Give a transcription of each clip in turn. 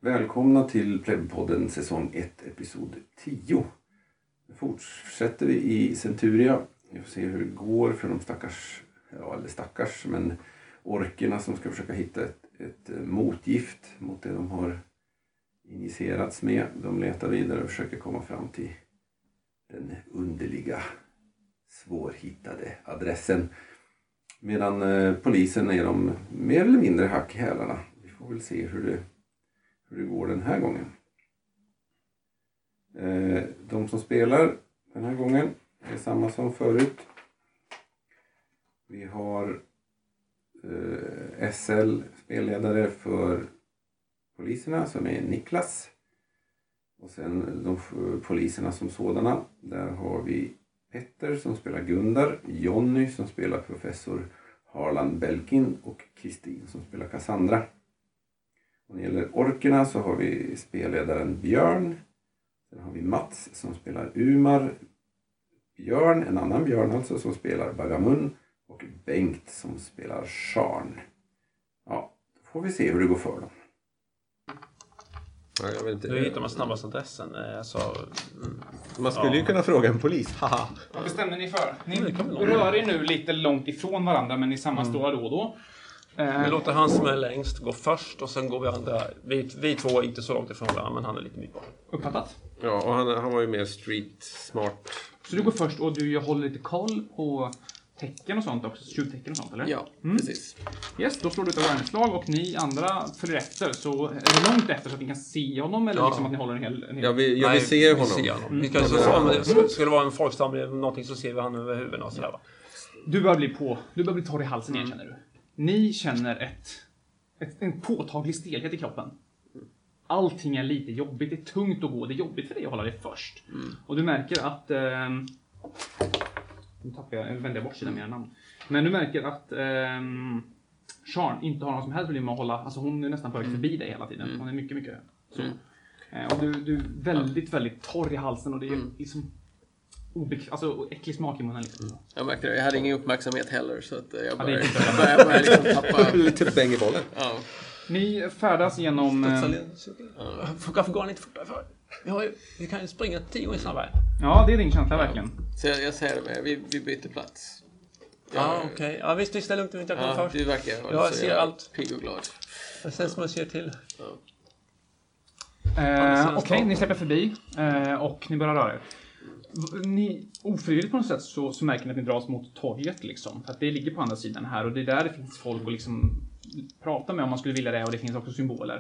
Välkomna till Plebpodden säsong 1, episod 10. Nu fortsätter vi i Centuria. Vi får se hur det går för de stackars, men orkerna som ska försöka hitta ett motgift mot det de har initierats med. De letar vidare och försöker komma fram till den underliga, svårhittade adressen. Medan polisen är de mer eller mindre hack i hälarna. Vi får väl se hur det går den här gången. De som spelar den här gången är samma som förut. Vi har SL, spelledare för poliserna, som är Niklas. Och sen de poliserna som sådana. Där har vi Petter som spelar Gundar, Jonny som spelar professor Harlan Belkin och Kristin som spelar Cassandra. Och när det gäller orkerna så har vi spelledaren Björn. Sen har vi Mats som spelar Umar. Björn, en annan Björn alltså, som spelar Bagamun. Och Bengt som spelar Sharn. Ja, då får vi se hur det går för dem. Ja, jag vet inte. Nu hittar man snabbast adressen. Man skulle ju kunna fråga en polis. Haha. Vad bestämde ni för? Ni rör er nu lite långt ifrån varandra, men i samma stora då och då. Vi låter han som är längst gå först och sen går vi andra. Vi två är inte så långt ifrån varandra, men han är lite mycket. Uppfattat? Ja, och han var ju mer street smart. Så du går först och du håller lite koll på tecken och sånt också, tjuvtecken och sånt, eller? Ja, precis. Yes, då slår du ut awareness-slag och ni andra följer efter. Så är det långt efter så att ni kan se honom, eller liksom att ni håller en hel... Ja, vi ser honom. Vi kan om det skulle vara en folkstam eller någonting, så ser vi han över huvudet och sådär, va? Du börjar bli torr i halsen igen, känner du. Ni känner en påtaglig stelhet i kroppen. Allting är lite jobbigt, det är tungt att gå, det är jobbigt för dig att hålla dig först. Och du märker att... Nu tappar jag vänder bort sina mer namn. Men du märker att Sharn inte har någon som helst problem med att hålla... Alltså hon är nästan på väg förbi dig hela tiden. Hon är mycket så. Och du är väldigt, väldigt torr i halsen och det är liksom... Alltså äcklig smak i munnen liksom. Jag märkte det, jag hade ingen uppmärksamhet heller, så att jag började liksom tappa... Lite bäng i bollen. Ja. Ni färdas genom... Varför går han inte fortare för? Vi kan ju springa 10 gånger snabbare. Ja, det är din känsla verkligen. Så jag säger det med, vi byter plats. Okej. Ja, visst, ställ lugnt, inte jag kommer först. Du verkar jag ser allt. Pigg och glad. Jag ser som jag ser till. Okej, ni släpper förbi och ni börjar röra er. Ni, ofrivilligt på något sätt så märker ni att ni dras mot torget liksom. För att det ligger på andra sidan här och det är där det finns folk att liksom prata med om man skulle vilja det, och det finns också symboler.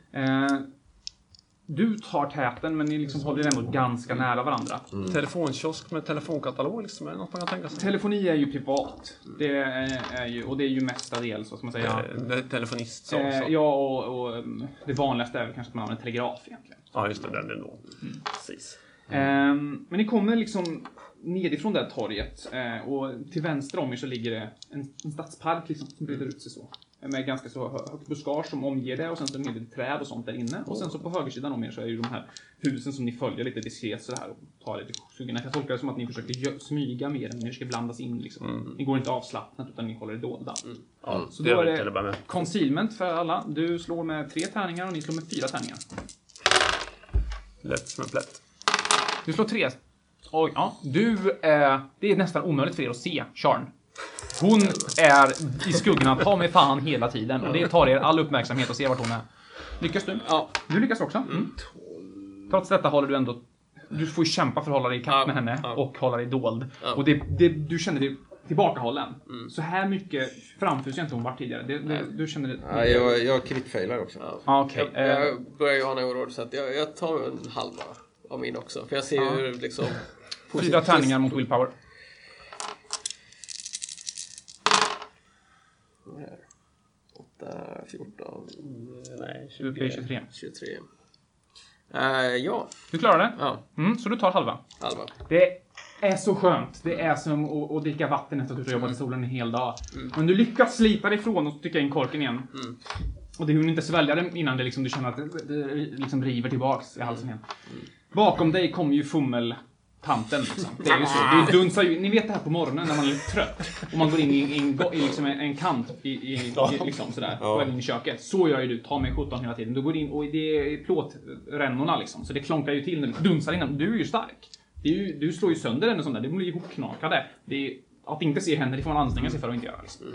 Du tar täten, men ni liksom håller ändå ganska nära varandra. Telefonkiosk med telefonkatalog liksom, är det något man kan tänka sig? Telefoni är ju privat. Det är ju, och det är ju mestadels, vad ska man säga. Telefonist så. Ja, och det vanligaste är väl kanske att man har en telegraf egentligen. Ja, just det, den är då. Precis. Men ni kommer liksom nedifrån det här torget och till vänster om er så ligger det en stadspark liksom, som breder ut sig så. Med ganska så högt buskage som omger det, och sen så är det en träd och sånt där inne. Och sen så på högersidan om er så är ju de här husen som ni följer lite diskret så här och tar lite skuggorna. Jag tolkar det som att ni försöker smyga mer än ni försöker blandas in liksom. Ni går inte avslappnat utan ni håller det dolda. Ja, så då är det concealment för alla. Du slår med 3 tärningar och ni slår med 4 tärningar. Lätt som en plätt. Du slår 3. Oj, ja. Det är nästan omöjligt för er att se Sharn. Hon är i skuggorna, ta mig fan hela tiden. Och det tar er all uppmärksamhet att se vart hon är. Lyckas du? Ja. Du lyckas också. Trots detta håller du ändå... Du får ju kämpa för att hålla dig i kapp med henne och hålla dig dold. Och du känner dig tillbakahållen. Så här mycket framför sig inte hon var tidigare. Du känner det... Ja, jag kritfailar också. Okej. Jag börjar ju ha några råd, så att jag tar en halva av min också. För jag ser ju liksom... 4 tärningar mot willpower. 8, 14... Nej, Du är 23. 23. Ja. Du klarar det? Ja. Så du tar halva. Det är så skönt. Det är som att dricka vatten efter att du har jobbat i solen en hel dag. Men du lyckas slita dig ifrån och trycka in korken igen. Och det hinner inte svälja det innan det liksom, du känner att det liksom river tillbaks i halsen igen. Bakom dig kommer ju Fummel tanten liksom. Det är ju så. Du dunsar ju, ni vet det här på morgonen när man är lite trött och man går in i liksom en kant i liksom sådär på vägen in i köket. Så gör ju du, ta med 17 hela tiden. Du går in och det är plåtrännorna liksom, så det klonkar ju till när du dunsar innan. Du är ju stark. Du slår ju sönder den och sånt där. Det blir ihopknakade. Det är, att inte se händer, det får man anstränga sig för att inte göra liksom.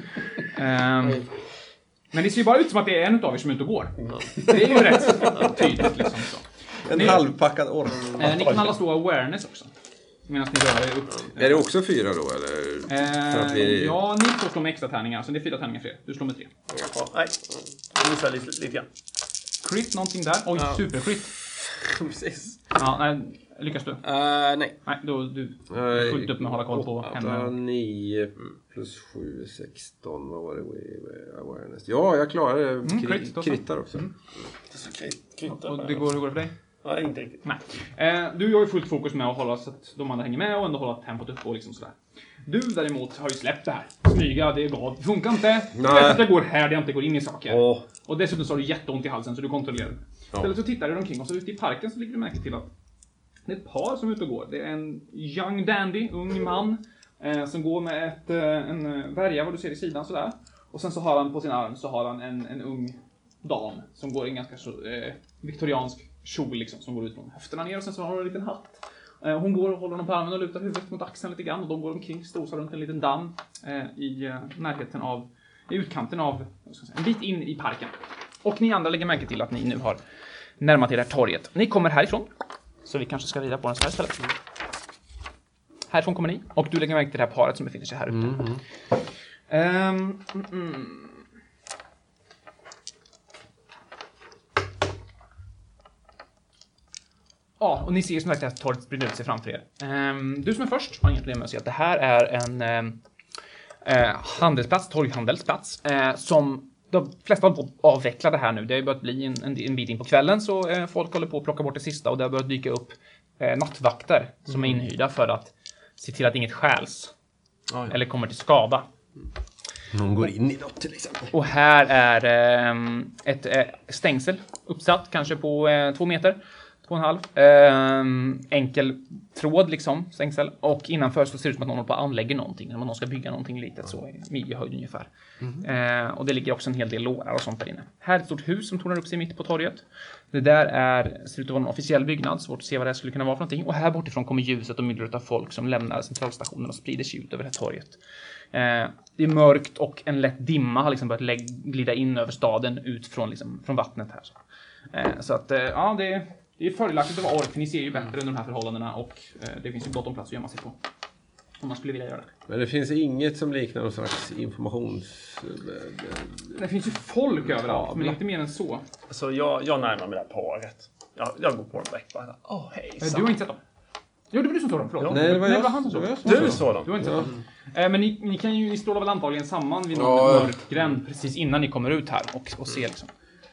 Men det ser ju bara ut som att det är en av er som är ute och går. Det är ju rätt tydligt liksom så. En halvpackad ork. Ni kan alla slå awareness också. Medan ni rör er upp. Är det också 4 då, eller? För att vi... Ja, ni får slå med extra tärningar. Så det är 4 tärningar fler. Du slår med 3. Ja, nej. Jag missar lite grann. Crit, någonting där. Oj, supercrit. Precis. Ja, nej, lyckas du? Nej. Nej, då du är fullt upp med att hålla koll på henne. 9 plus 7, 16. Vad var det? Awareness. Ja, jag klarar det. Krittar också. Och hur går det för dig? Nej, inte riktigt. Nej. Du har ju fullt fokus med att hålla så att de andra hänger med och ändå hålla tempot upp och liksom sådär. Du däremot har ju släppt det här. Smyga, det funkar inte. Du vet att jag går här, det inte går in i saker. Och dessutom så har du jätteont i halsen så du kontrollerar. Istället så tittar du omkring och så ute i parken så ligger du märke till att det är ett par som är ute och går. Det är en young dandy, ung man som går med en värja, vad du ser i sidan sådär. Och sen så har han på sin arm så har han en ung dam som går i en ganska viktoriansk kjol liksom, som går ut från höfterna ner och sen så har hon en liten hatt. Hon går och håller honom på armen och lutar huvudet mot axeln lite grann och de går omkring, strosar runt en liten damm i närheten av, i utkanten av, en bit in i parken. Och ni andra lägger märke till att ni nu har närmat er det här torget. Ni kommer härifrån, så vi kanske ska rida på den så här istället. Härifrån kommer ni, och du lägger märke till det här paret som befinner sig här ute. Ja, och ni ser som sagt att torget sprider ut sig framför er. Du som är först har egentligen med att säga att det här är en handelsplats, torghandelsplats, som de flesta håller på att avveckla det här nu. Det har ju börjat bli en bit in på kvällen så folk håller på att plocka bort det sista och det har börjat dyka upp nattvakter som är inhyrda för att se till att inget stjäls eller kommer till skada. Någon går in i något till exempel. Och här är ett stängsel uppsatt kanske på 2 meter. 2,5. Enkel tråd liksom, stängsel. Och innanför så ser det ut som att någon håller på att anlägga någonting. När någon ska bygga någonting litet så i midjehöjd ungefär. Och det ligger också en hel del lårar och sånt där inne. Här är ett stort hus som tornar upp sig mitt på torget. Det där ser ut att vara en officiell byggnad. Svårt att se vad det skulle kunna vara för någonting. Och här bortifrån kommer ljuset och myllret av folk som lämnar centralstationen och sprider sig ut över det här torget. Det är mörkt och en lätt dimma har liksom börjat glida in över staden ut från vattnet här. Så att ja, det är fördelaktigt att vara ork, för ni ser ju bättre under de här förhållandena och det finns ju gott om plats att gömma sig på. Om man skulle vilja göra det. Men det finns inget som liknar någon slags informations... Det finns ju folk överallt, men inte mer än så. Så jag närmar mig det här paret. Jag går på dem direkt bara. Hej. Du har inte sett dem? Jo, det var du som såg dem, förlåt. Nej, det var han som såg dem. Du såg dem? Du har inte sett dem. Men ni strålar väl antagligen samman vid någon mörk gränd precis innan ni kommer ut här och ser liksom.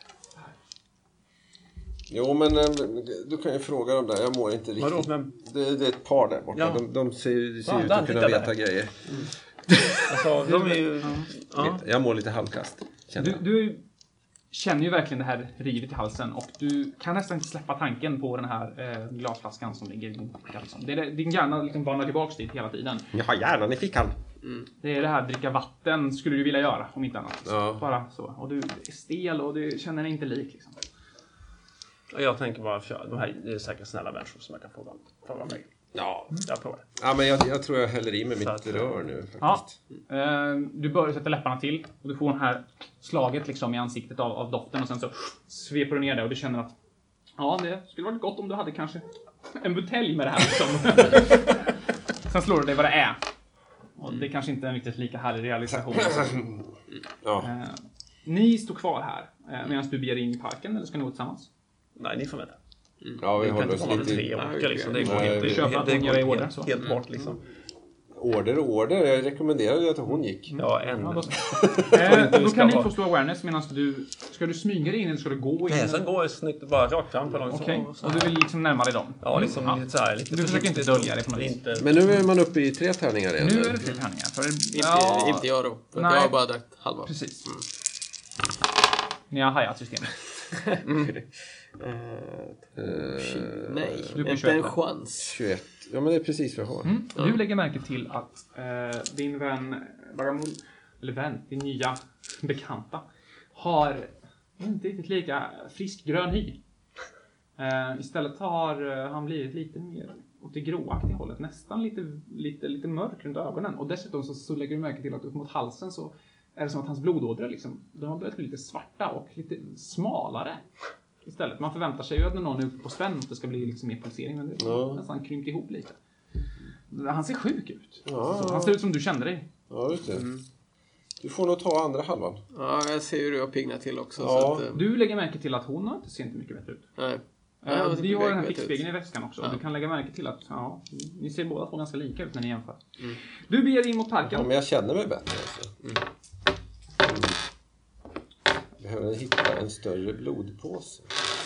Jo, men du kan ju fråga dem där. Jag mår inte riktigt. Vadå, men... det är ett par där borta. Ja. De ser ut att kunna veta grejer. Alltså, de är ju... Jag mår lite halvkast. Du känner ju verkligen det här rivet i halsen och du kan nästan inte släppa tanken på den här glasflaskan som ligger i din liksom. Din hjärna liksom vandrar tillbaka dit hela tiden. Jag har hjärnan i fickan. Det är det här dricka vatten skulle du vilja göra om inte annat. Ja. Bara så. Och du är stel och du känner dig inte lik liksom. Jag tänker bara för de här är säkert snälla människor som jag kan fråga mig. Ja. Jag provar. Ja, men jag tror jag häller i med mitt rör nu faktiskt. Ja. Du börjar sätta läpparna till och du får det här slaget liksom i ansiktet av doften och sen så sveper du ner det och du känner att ja, det skulle varit gott om du hade kanske en butelj med det här liksom. Sen slår du dig vad det är. Och det är kanske inte en riktigt lika härlig realisation. Ja. Ni står kvar här medan du beger in i parken eller ska ni gå tillsammans? Nej, ni får vänta. Ja, vi håller oss lite... lite... Orkar, liksom. Det går Nej, inte. Vi köper att hon gör i order. Så. Helt bort liksom. Order. Jag rekommenderade ju att hon gick. Ja, då kan ni få slå awareness medan du... Ska du smyga dig in eller ska du gå in? Nej, sen går jag snyggt bara rakt fram på dem. Okej, och du vill liksom närma dig dem? Ja, liksom lite så här. Lite du försöker inte dölja det på något vis. Men nu är man uppe i 3 tärningar igen. Nu är det 3 tärningar. Inte jag då. För jag har bara dragit halva. Precis. Ni har hajat systemet. Nej, Du får inte 21. en chans. 21. Ja, men det är precis vad jag har. Du lägger märke till att din vän Bagamul, eller vän, din nya bekanta, har inte riktigt lika frisk grön hy. Istället har han blivit lite mer åt det gråaktiga hållet, nästan lite mörk runt ögonen. Och dessutom så lägger du märke till att upp mot halsen så är det som att hans blodådror liksom, de har börjat bli lite svarta och lite smalare. Istället. Man förväntar sig ju att när någon är uppe på spänn att det ska bli liksom mer pulsering, men det har nästan krympt ihop lite. Han ser sjuk ut. Ja. Han ser ut som du kände dig. Ja, just det. Du får nog ta andra halvan. Ja, jag ser hur du har pignat till också. Ja. Så att, Du lägger märke till att hon ser inte mycket bättre ut. nej. Vi har den här fixspegeln i väskan också. Du kan lägga märke till att ni ser båda två ganska lika ut när ni jämför. Du beger in mot parken. Ja, men jag känner mig bättre. Alltså. Behöver hitta en större blodpåse.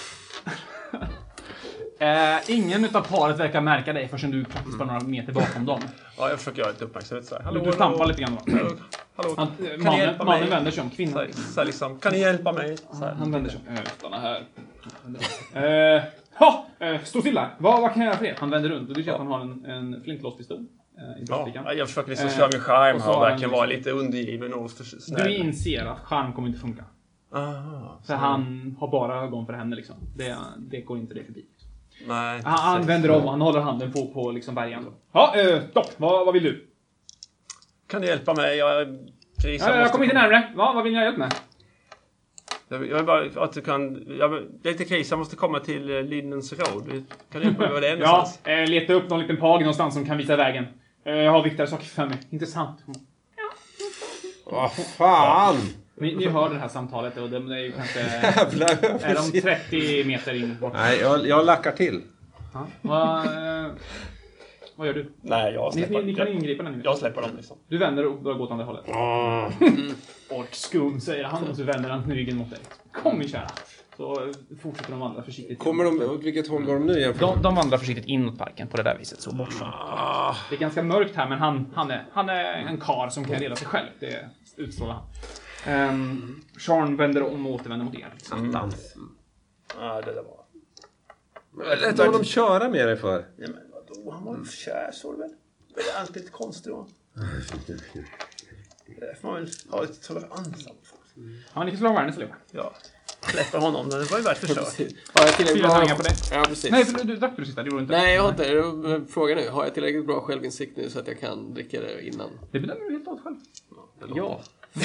Ingen utav paret verkar märka dig förrän du praktiskt bara några meter bakom dem. Ja, jag försöker göra lite uppmärksamhet så här. Du stampar lite grann. Hallå, kan ni Mannen hjälpa mig? vänder sig om, kvinnan. Så här liksom, kan ni hjälpa mig? Så här. Han vänder sig om. Stanna här. Stå stilla. Vad kan jag göra för er? Han vänder runt och du ser att han har en flintlåspistol i bröstfickan. Ja, jag försöker liksom köra min charm och så här och har verkligen han vara lite undergiven och snäll. Du inser att charm kommer inte funka. Aha, För han har bara ögon för henne liksom. Det går inte det förbi. nej. Han vänder om och han håller handen på liksom bergen. Ja, stopp. Vad vill du? Kan du hjälpa mig? Jag kommer inte närmare. Vad vill ni ha hjälp med? Jag vill bara att du kan... det är lite kris, jag måste komma till Linnens Road. Kan du hjälpa mig med det någonstans? Leta upp någon liten pag någonstans som kan visa vägen. Jag har viktigare saker för mig. Intressant. Vad fan! Ni hör det här samtalet och det är ju kanske... Jävlar, är de 30 meter in bort? Nej, jag lackar till. Vad gör du? Nej, jag släpper Ni kan ingripa när ni vill. Jag släpper dem liksom. Du vänder och börjar gå åt andra hållet. Orkskum, säger han och så vänder han ryggen mot dig. Kom i kära. Så fortsätter de vandra försiktigt. Kommer de, åt vilket håll går de nu igen? De vandrar försiktigt inåt parken på det där viset. Så bort från. Det är ganska mörkt här, men han är en karl som kan leda sig själv. Det utstrålar han. Sean vänder om och återvänder mot er. Ja, det där var... Vad har de köra med dig för? Ja, men vadå? Han var ju kär, så väl? Det är alltid lite konstigt då. Det får man väl ha lite tolerans. Ja, ni kan slå awareness allihopa. Ja. Släpper honom, det var ju värt försök. Har jag tillräckligt 4 tärningar på det. Ja, precis. Nej, för du drack du sista, det gjorde du inte. Nej, jag har inte. Frågan nu, har jag tillräckligt bra självinsikt nu så att jag kan dricka det innan? Det bedömer du helt åt själv. Ja.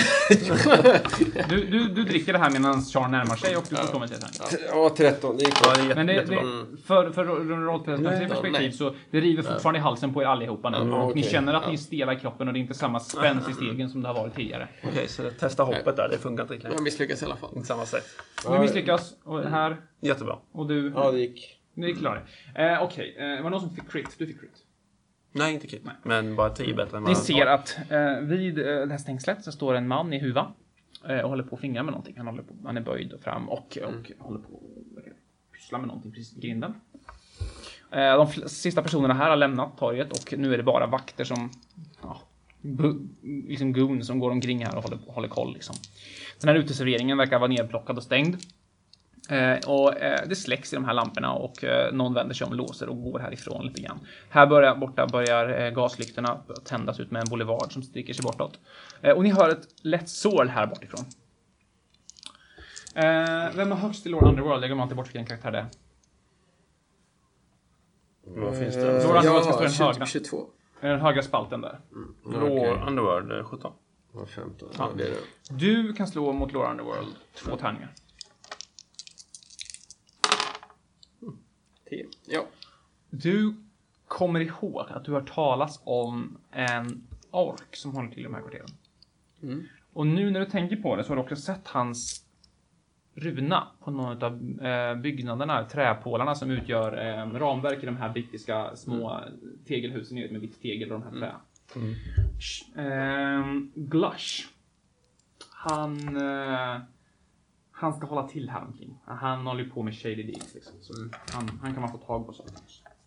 Du dricker det här medan Sean närmar sig och du får slå med 3 tärningar. Ja, 13. Det gick bra. Men för rollperspektiv så det river fortfarande i halsen på er allihopa nu. Och ni känner att ni är stela i kroppen och det är inte samma spänst i stegen som det har varit tidigare. Okej, så det testa hoppet där, det funkar inte riktigt. Jag misslyckas i alla fall. Inte samma sätt. Du misslyckas och här Jättebra. och du... Ja, det gick. Ni är klara. Okej, var det någon som fick crit? Du fick crit. Nej, inte kit. Men bara 10 bättre än vad Ni han ser tar. att vid det här stängslet så står en man i huva och håller på att fingra med någonting. Han är böjd fram och håller på att pyssla med någonting precis i grinden. De sista personerna här har lämnat torget och nu är det bara vakter som liksom goon som går omkring här och håller koll liksom. Den här uteserveringen verkar vara nedplockad och stängd. Det släcks i de här lamporna och någon vänder sig om, låser och går härifrån lite grann. Här börjar gaslyktorna tändas ut med en boulevard som sticker sig bortåt. Och ni hör ett lätt sorl här bortifrån. Vem är högst i Lord Underworld? Jag glömmer alltid bort vilken karaktär det är. Vad finns det? Lord Underworld ska stå den högra. 22. Den högra spalten där. Lord Underworld 17. Ja, 15. Ja, det är det. Du kan slå mot Lord Underworld 2 tärningar. 10. Ja. Du kommer ihåg att du har talas om en ork som håller till i de här kvarteren. Och nu när du tänker på det så har du också sett hans runa på någon av byggnaderna, träpålarna som utgör ramverk i de här brittiska små tegelhusen med vitt tegel och de här trä. Glush. Han ska hålla till här omkring. Han håller på med shady deals liksom. Så han kan man få tag på saker.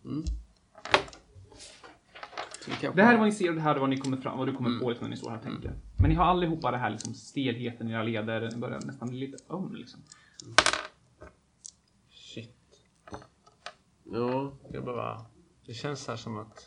Det här är vad ni ser och det här är vad ni kommer fram, vad du kommer på när ni står här och tänker. Men ni har allihopa det här liksom stelheten i era leder, börjar nästan bli lite öm liksom. Ja. Det känns här som att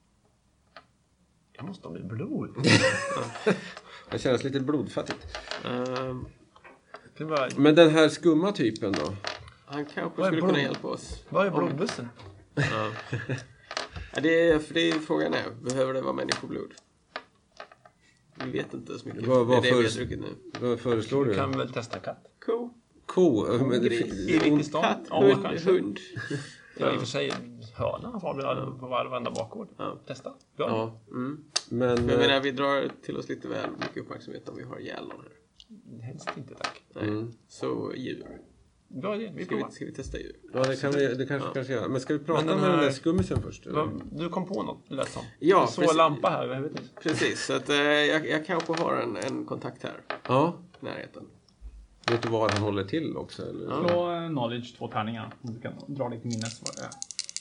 jag måste ha med blod. Det känns lite blodfattigt. Bara... Men den här skumma typen då? Han kanske skulle kunna hjälpa oss. Vad är blodbussen? Ja. Det är frågan är, behöver det vara människoblod? Vi vet inte så mycket. Vad det är det vi har druckit nu. Vad föreslår du? Du kan väl testa katt? Ko? Katt, hund. Ja, i och för sig hörna har vi på varenda bakgård. Ja. Testa. Ja. Men jag menar, vi drar till oss lite väl mycket uppmärksamhet om vi har ihjäl någon här. Helst inte, tack. Nej. Så djur. Bra idé, ska vi testa djur? Ja, det kanske göra. Men ska vi prata med den där skummisen först? Eller? Du kom på något, det lät som. Ja, så en lampa här, jag vet inte. Precis, så att jag kanske har en kontakt här. Ja. I närheten. Vet du vad han håller till också? Eller? Slå knowledge 2 tärningar. Du kan dra lite minnes vad det är.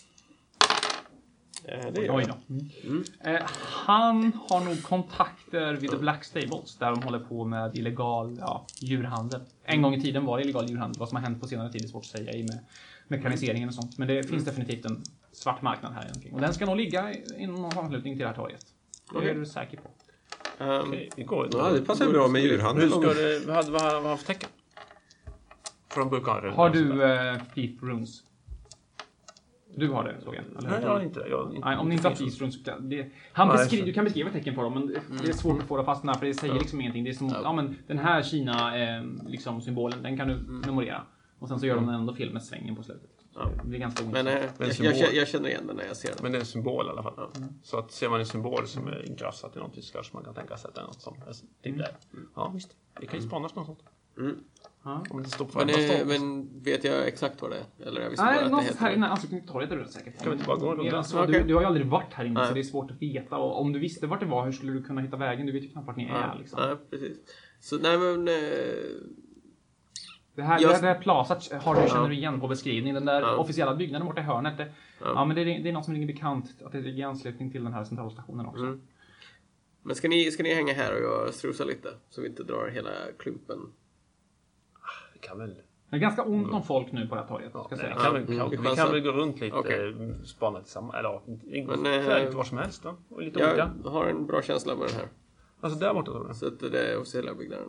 Oj då. Han har nog kontakter vid The Black Stables där de håller på med illegal djurhandel. En gång i tiden var det illegal djurhandel. Vad som har hänt på senare tid är svårt att säga i med mekaniseringen och sånt. Men det finns definitivt en svart marknad här omkring. Och den ska nog ligga inom någon anslutning till det här torget. Det är du säker på. Vi går. Ja, det passar bra med djurhandel. Vad har han för tecken? Från brukar har du Thief Runes? Du har det, såg jag. Nej, jag har inte det. Nej, om ni inte har Thief Runes så kan du kan beskriva tecken på dem, men det är svårt att få det fast för det säger liksom ingenting. Det är som men den här Kina liksom symbolen, den kan du memorera. Och sen så gör de ändå fel med svängen på slutet. Det är ganska men jag känner igen den när jag ser den. Men det är en symbol i alla fall. Så att ser man en symbol som är ingrassat i något så kanske man kan tänka sig att det är något som typ där. Ja, visst. Det kan ju spanas något sånt. Om det står på men vet jag exakt vad det är? Eller jag visste nej, bara att det heter... här inne anslutning till torget är du säkert. Kan vi inte bara gå runt? Alltså, du har ju aldrig varit här inne så det är svårt att veta. Och om du visste vart det var, hur skulle du kunna hitta vägen? Du vet ju knappt vart ni är liksom. Nej, precis. Så nej men... Det här plazat känner du igen på beskrivningen. Den där officiella byggnaden borta i hörnet. Men det är något som ringer bekant. Att det ligger i anslutning till den här centralstationen också. Men ska ni hänga här och jag strusar lite? Så vi inte drar hela klumpen. Vi kan väl... Det är ganska ont om folk nu på det här torget. Ska säga. Vi kan väl gå runt lite, spana tillsammans. Eller lite var som helst då. Och lite olika. Jag har en bra känsla med den här. Alltså där borta tror du? Så att det är officiella byggnaden.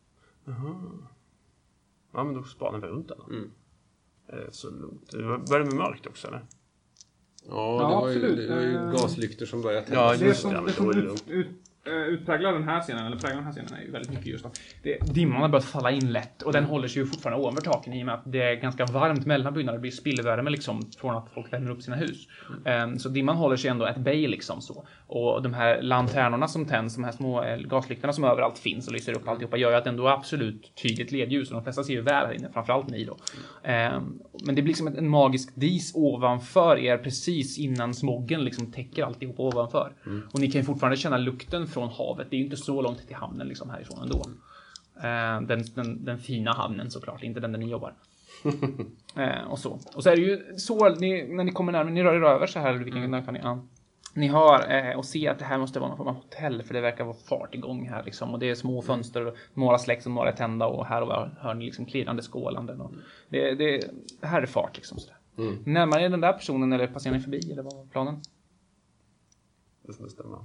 Ja, men då spanar vi runt den. Så lugnt. Börjar det med mörkt också, eller? Ja, det var ju gaslyktor som började tända. Ja, det som utpräglar den här scenen, eller präglar den här scenen är ju väldigt mycket just att dimman har börjat falla in lätt och den håller sig ju fortfarande ovanför taken i och med att det är ganska varmt mellan byggnader. Det blir spillvärme liksom från att folk värmer upp sina hus. Så dimman håller sig ändå ett bay liksom så. Och de här lanternorna som tänds, de här små gaslyktorna som överallt finns och lyser upp alltihopa gör ju att det ändå är absolut tydligt ledljus och de flesta ser ju väl här inne, framförallt ni då. Men det blir liksom en magisk dis ovanför er precis innan smoggen liksom täcker alltihop ovanför. Och ni kan ju fortfarande känna lukten från havet. Det är ju inte så långt till hamnen liksom härifrån ändå. Den fina hamnen såklart, inte den där ni jobbar. Och så är det ju så när ni kommer närmare, ni rör er över så här, vilken kan ni ni hör och ser att det här måste vara någon form av hotell för det verkar vara fart igång här liksom, och det är små fönster och några släcks och några är tända och här och var hör ni liksom klirrande skålanden och det här är fart liksom sådär. Närmare är den där personen eller passerar ni förbi eller vad var planen? Det som bestämmer.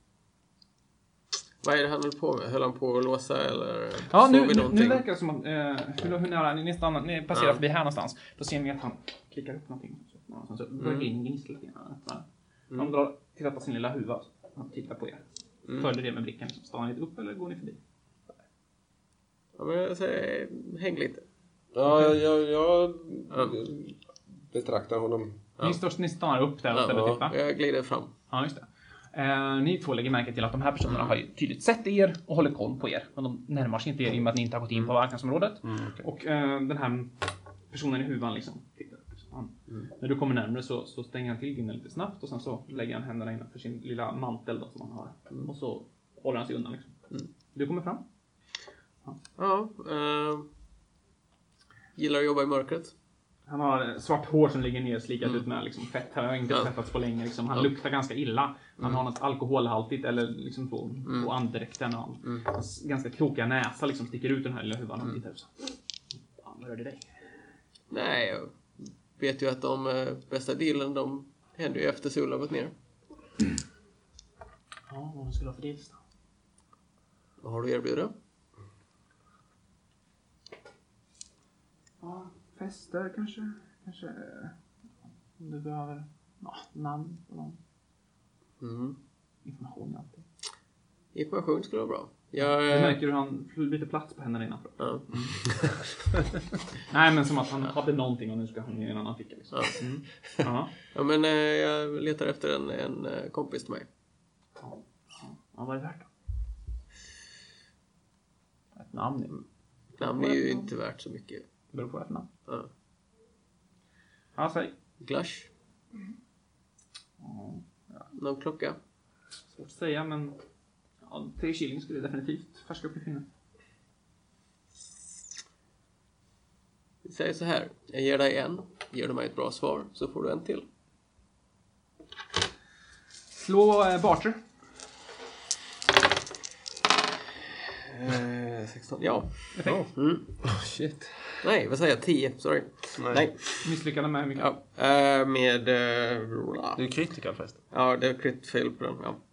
Vad är det han höll på med? Höll han på att låsa eller nu verkar det som att hur nära ni passerar förbi här någonstans. Då ser ni att han klickar upp någonting. Så börjar in gnissla lite grann. Han drar till på sin lilla huvud. Han tittar på er. Följer det med blicken. Står han lite upp eller går ni förbi? Ja, men jag säger, häng lite. Ja, jag betraktar honom. Ni stannar upp där och ställer titta. Jag glider fram. Ja, just det. Ni två lägger märke till att de här personerna har ju tydligt sett er och håller koll på er. Men de närmar sig inte er i och med att ni inte har gått in på marknadsområdet. Och den här personen i huvan liksom tittar upp. När du kommer närmare så stänger han till grinden lite snabbt och sen så lägger han händerna innanför sin lilla mantel då, som han har. Och så håller han sig undan liksom. Du kommer fram? Gillar att jobba i mörkret. Han har svart hår som ligger ner slikat ut med liksom fett. Han har inte tvättats på länge. Liksom. Han luktar ganska illa. Han har något alkoholhaltigt eller liksom på andedräkten. Hans ganska krokiga näsa liksom sticker ut den här lilla huvan och tittar ut så. Vad rör det dig? Nej, jag vet ju att de bästa dealen, de händer ju efter solen har gått ner. Ja, vad ska du ha för deals då? Vad har du erbjudit? Ja, fester kanske. Kanske om du behöver namn på någon. Information alltid. Information skulle vara bra. Jag märker hur han byter plats på händerna innanför. Ja. Nej, men som att han hade någonting och nu ska han i en annan ficka. Liksom. Ja. Ja, men jag letar efter en kompis till mig. Ja, vad är det värt då? Ett namn. Namn är ju inte värt så mycket. Beror på ett namn. Ja. Ja, säg. Glash. Någon klocka. Svårt att säga, men 3 shilling skulle definitivt färska upp i finnet. Vi säger så här. Jag ger dig en. Ger du mig ett bra svar så får du en till. Slå barter. 16. Ja. Effekt. Shit. Nej, vad säger jag? 10. Sorry. Nej. Misslyckade med mycket. Ja. Med... Du är kritiker förresten. Ja, det är crit fail på den. Ja.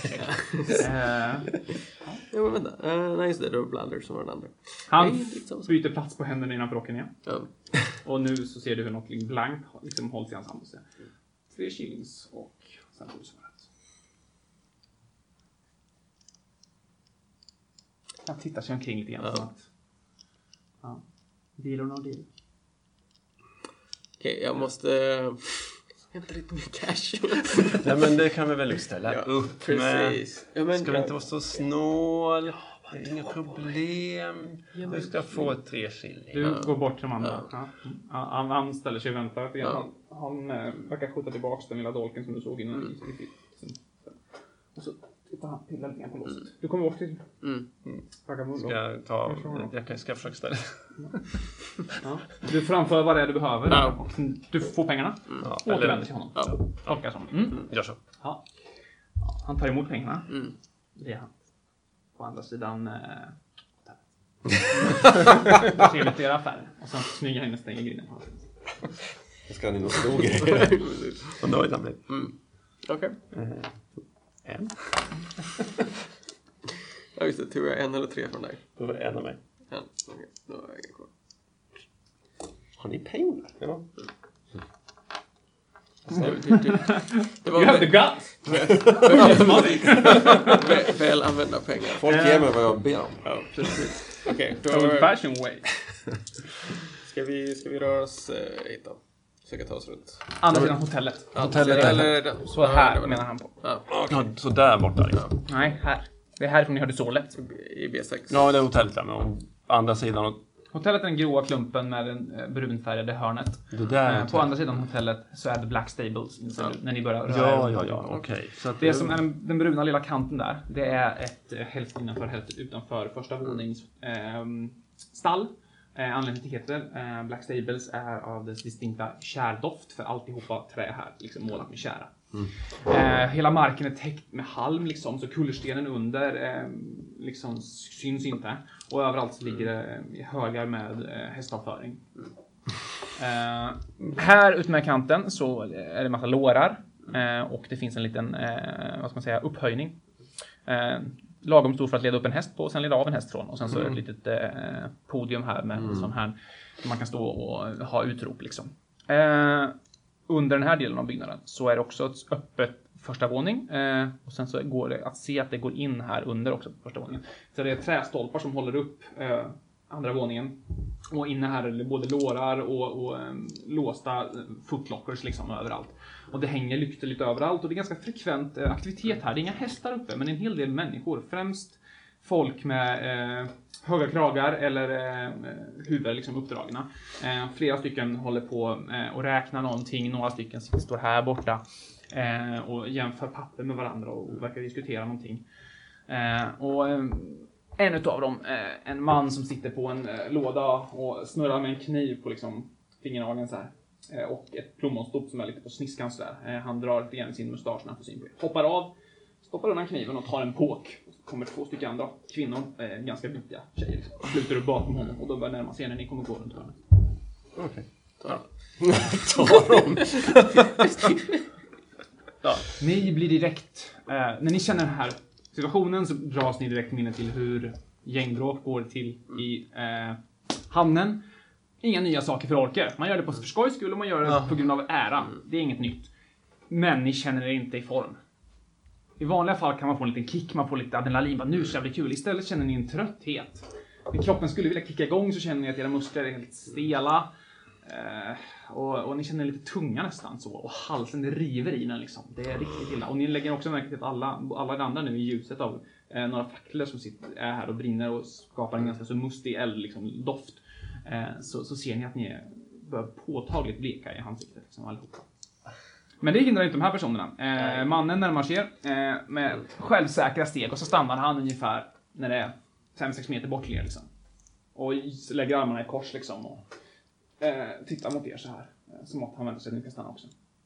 Ja, men vänta. Nej, just det. Det var Blunder som var den andra. Han byter plats på händerna innanför rocken igen. Ja. Och nu så ser du hur något blankt liksom hålls i hans hand. 3 shillings och sen får du svaret. Han tittar sig omkring lite grann. Ja. Deal or no deal. Okej, jag måste hämta lite mer cash. Nej, men det kan vi väl ställa upp precis. med. Ja, men, ska vi inte vara så snål? Det är inga problem. Du ska få 3 shilling. Du går bort till de andra. Ja. Han ställer sig och väntar. Han verkar skjuta tillbaka den lilla dolken som du såg innan. Och så tittar han pillar lite grann på låset. Du kommer bort till Ska jag försöka ställa. Ja. Du framför vad det är du behöver. Ja. Och du får pengarna. Återvänder till honom. Tolkar som. Gör så. Ja. Han tar emot pengarna. Det är han. På andra sidan ser lite era affärer. Och sen smyger han in och stänger grinden. Jag ska in och slå grejer. Och nöjd han blir. Okej. En. Ja, just det. Tog jag 1 eller 3 från dig? Då var det en av mig. En. Okej. Då har jag ingen kvar. Har ni pengar? Ja. Det var You have the guts! väl använda pengar. Folk ger mig vad jag ber om. Ja, precis. Okej, då Old fashion way. ska vi röra oss hit då. Försöka ta oss runt. Andra sidan hotellet. Hotellet eller den. Så här menar han på. Ja, Ja, så där borta liksom. Nej, här. Det är härifrån ni hörde sålet. i B6. Ja, det är hotellet där. Men å andra sidan. Och Hotellet är den gråa klumpen med den brunfärgade hörnet. det där På andra sidan hotellet så är det Black Stables när ni börjar röra er. Ja, okej. Så att Det som är den bruna lilla kanten där, det är ett hälften innanför, hälften utanför första vånings stall. Anledningen till heter Black Stables är av dess distinkta kärdoft, för alltihopa trä här, liksom målat med kära. Hela marken är täckt med halm liksom, så kullerstenen under liksom syns inte. Och överallt så ligger det högar med hästavföring. Här utmed kanten så är det en massa lårar. Och det finns en liten vad ska man säga, upphöjning. Lagom stor för att leda upp en häst på och sen leda av en häst från. Och sen så är det ett litet podium här med en sån här man kan stå och ha utrop liksom. Under den här delen av byggnaden så är det också ett öppet första våning. Och sen så går det att se att det går in här under också på första våningen. Så det är trästolpar som håller upp andra våningen. Och inne här är det både lårar och låsta footlockers liksom överallt. Och det hänger lyktor lite överallt och det är ganska frekvent aktivitet här. Det är inga hästar uppe men en hel del människor. Främst folk med höga kragar eller huvud liksom uppdragna. Flera stycken håller på och räknar någonting. Några stycken står här borta och jämför papper med varandra och verkar diskutera någonting. Och en utav dem, en man som sitter på en låda och snurrar med en kniv på liksom fingernageln så här. Och ett plommonstop som är lite på sniskan så där. Han drar lite grann sin mustasch när han får syn på det. Hoppar av, stoppar undan kniven och tar en påk. Så kommer 2 stycken andra kvinnor, ganska bitiga tjejer. Liksom. Sluter upp bakom honom och då börjar närma sig när ni kommer gå runt hörnet. Okej. Ja. Ja. Ni blir direkt, när ni känner den här situationen så dras ni direkt minne till hur gängbråk går till i hamnen. Inga nya saker för orker. Man gör det för skojs skull och man gör det på grund av ära. Det är inget nytt. Men ni känner er inte i form. I vanliga fall kan man få en liten kick, man får lite adrenalin. Bara, nu ska det bli kul. Istället känner ni en trötthet. När kroppen skulle vilja kicka igång så känner ni att era muskler är helt stela. Och ni känner lite tunga nästan så. Och halsen river i den liksom. Det är riktigt illa. Och ni lägger också märke till att alla andra nu i ljuset av några facklor som är här och brinner och skapar en ganska så mustig eld, liksom, doft. Så ser ni att ni börjar påtagligt bleka i ansiktet liksom, allihopa. Men det hindrar inte de här personerna. Mannen närmar sig med självsäkra steg och så stannar han ungefär när det är 5-6 meter bort liksom. Och lägger armarna i kors liksom och tittar mot er så här. Som att han väntar sig att ni kan stanna också.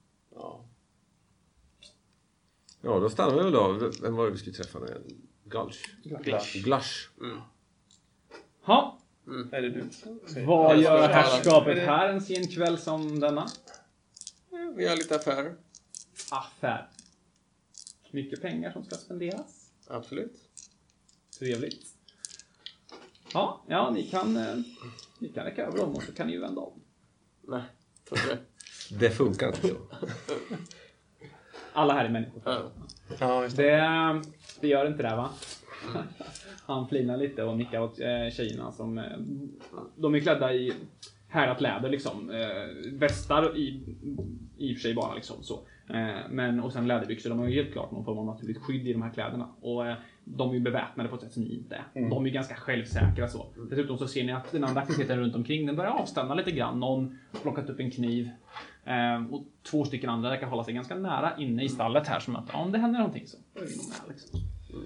Ja, då stannar vi väl då. Vem var det vi skulle träffa nu? Glash. Ja. Är det du? Vad gör herrskapet här en sen kväll som denna? Vi har lite affärer. Affär. Mycket pengar som ska spenderas. Absolut. Trevligt. Ja, ni kan räcka över dem och så kan ni ju vända om. Nej, tror det. Det funkar inte så. Alla här är människor. Ja, det gör inte det, va? Han flinar lite och nickar åt tjejerna som... de är klädda i härdat läder liksom. Västar i och för sig bara liksom så. Och sen läderbyxor. De har ju helt klart någon form av naturligt skydd i de här kläderna. Och de är ju beväpnade på ett sätt som ni inte är. De är ju ganska självsäkra så. Dessutom så ser ni att den andra aktiviteten runt omkring den börjar avstanna lite grann. Någon har plockat upp en kniv. Och 2 stycken andra verkar hålla sig ganska nära inne i stallet här. Som att om det händer någonting så är vi nog med liksom.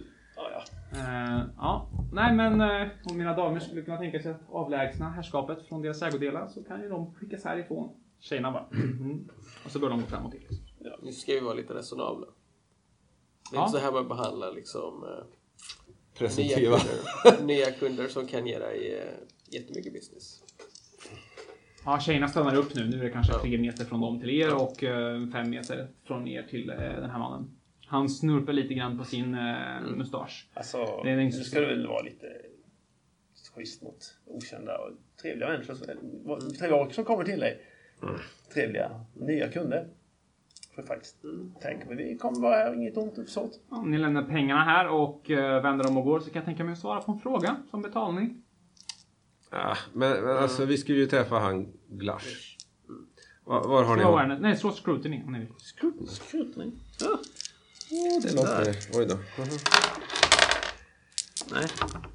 Nej men om mina damer skulle kunna tänka sig att avlägsna herrskapet från deras ägodelar så kan ju de skickas härifrån. Tjejerna bara. Och så börjar de gå framåt till. Ja, nu ska vi vara lite resonabla. Det är inte så här man behandlar liksom nya kunder som kan ge dig jättemycket business. Ja, tjejerna stannar upp nu. Nu är det kanske 3 meter från dem till er och 5 meter från er till den här mannen. Han snurper lite grann på sin mustasch. Alltså, nu ska det väl vara lite schysst mot okända och trevliga människor. Trevliga orker som kommer till dig. Trevliga nya kunder. För faktiskt tänker vi kommer vara här, inget ont uppsåt. Om ni lämnar pengarna här och vänder om och går så kan jag tänka mig att svara på en fråga som betalning. Men alltså vi skulle ju träffa han Glash. Var har ni honom? Nej, slå scrutiny om ni vill. Scrutiny? Ja. Det låter... Oj då. Nej.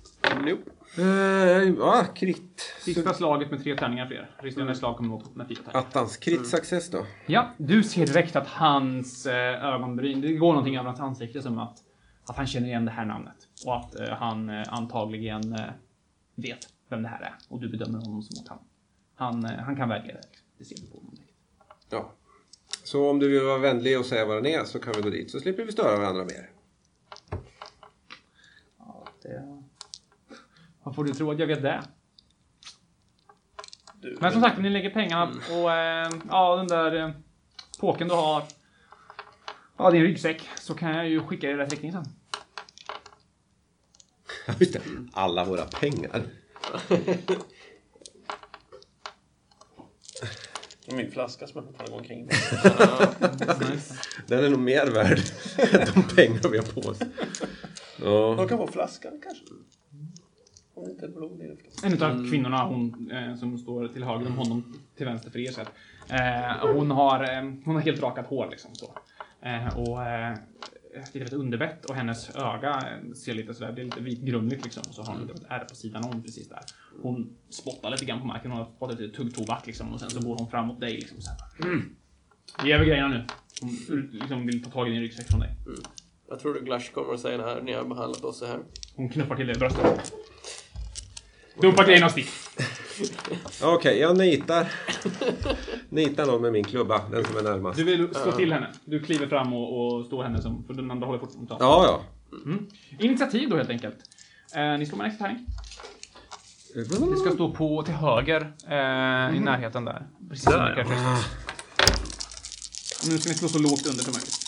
Krit. Sista slaget med 3 tärningar fler. Resterande slag kommer att med 4 tärningar. Attans krit success då. Ja, du ser direkt att hans ögonbryn... Det går någonting över hans ansikte som att han känner igen det här namnet. Och att han antagligen vet vem det här är. Och du bedömer honom som att han kan välja det. Det ser du på honom direkt. Ja. Så om du vill vara vänlig och säga vad den är så kan vi gå dit. Så slipper vi störa varandra mer. Ja, det... Vad får du tro att jag vet det? Men som sagt, om ni lägger pengarna på den där påken du har. Ja, din ryggsäck. Så kan jag ju skicka i rätt riktning sen. Just det. Alla våra pengar. Min flaska som jag fortfarande går omkring. Den är nog mer värd de pengar vi har på oss. Ja. De kan vara flaskan kanske. Om inte blod i flaskan. En av kvinnorna, hon som står till höger om honom, till vänster för er sett. Hon har helt rakat hår liksom så. Och ett underbett och hennes öga ser lite sådär, det är lite vitgrumligt liksom. Och så har hon ett ärr på sidan om precis där. Hon spottar lite grann på marken, hon har spottat lite tuggtobak liksom. Och sen så går hon fram mot dig liksom så här. Ge över grejerna nu. Hon liksom vill ta tag i din ryggsäck från dig. Jag tror du Glash kommer att säga det här. Ni har behandlat oss så här. Hon knuffar till dig i bröstet. Dumpa grejerna och stick. Okej, jag nitar någon med min klubba. Den som är närmast. Du vill slå till henne. Du kliver fram och står henne som... För den andra håller fortfarande. Ja. Initiativ då helt enkelt. Ni slår med en extra tärning. Det ska stå till höger i närheten där. Precis som det kanske. Nu ska ni slå så lågt under som möjligt.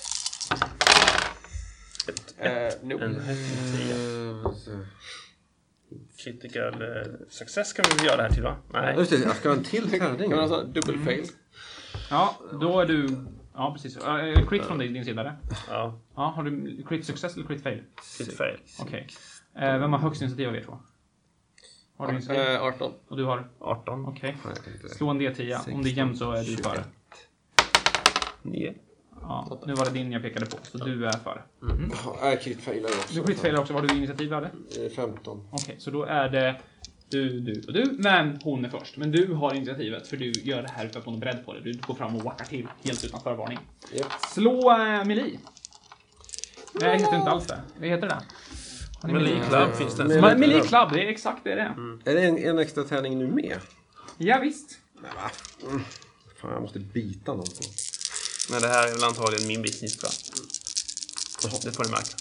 Critical success kan vi göra det här till, va? Nej. Just det, jag ska ha en till tärning. Kan man alltså dubbel fail? Ja, då är du... Ja, precis. Crit från din sida, eller? Ja. Ja, har du crit success eller crit fail? Crit fail. Okej. Vem har högst initiativ av er två? Har du initiativ? 18. Och du har? 18. Okej. Slå en D10. Om det är jämnt så är du före. 9. Ja, nu var det din jag pekade på, så du är före. Crit failar också. Du crit failar också. Vad har du initiativ hade? 15. Okej, så då är det du och du, men hon är först. Men du har initiativet, för du gör det här utan att hon är beredd på det. Du går fram och wackar till, helt utan förvarning. Yep. Slå Melee. Det heter inte alls det. Vad heter det? Melee Club finns det. Melee Club, det är exakt det är det. Är det en extra tärning nu med? Ja, visst. Nej, va? Fan, jag måste bita någonting. Men det här är väl antagligen min business, va? Det får ni märka.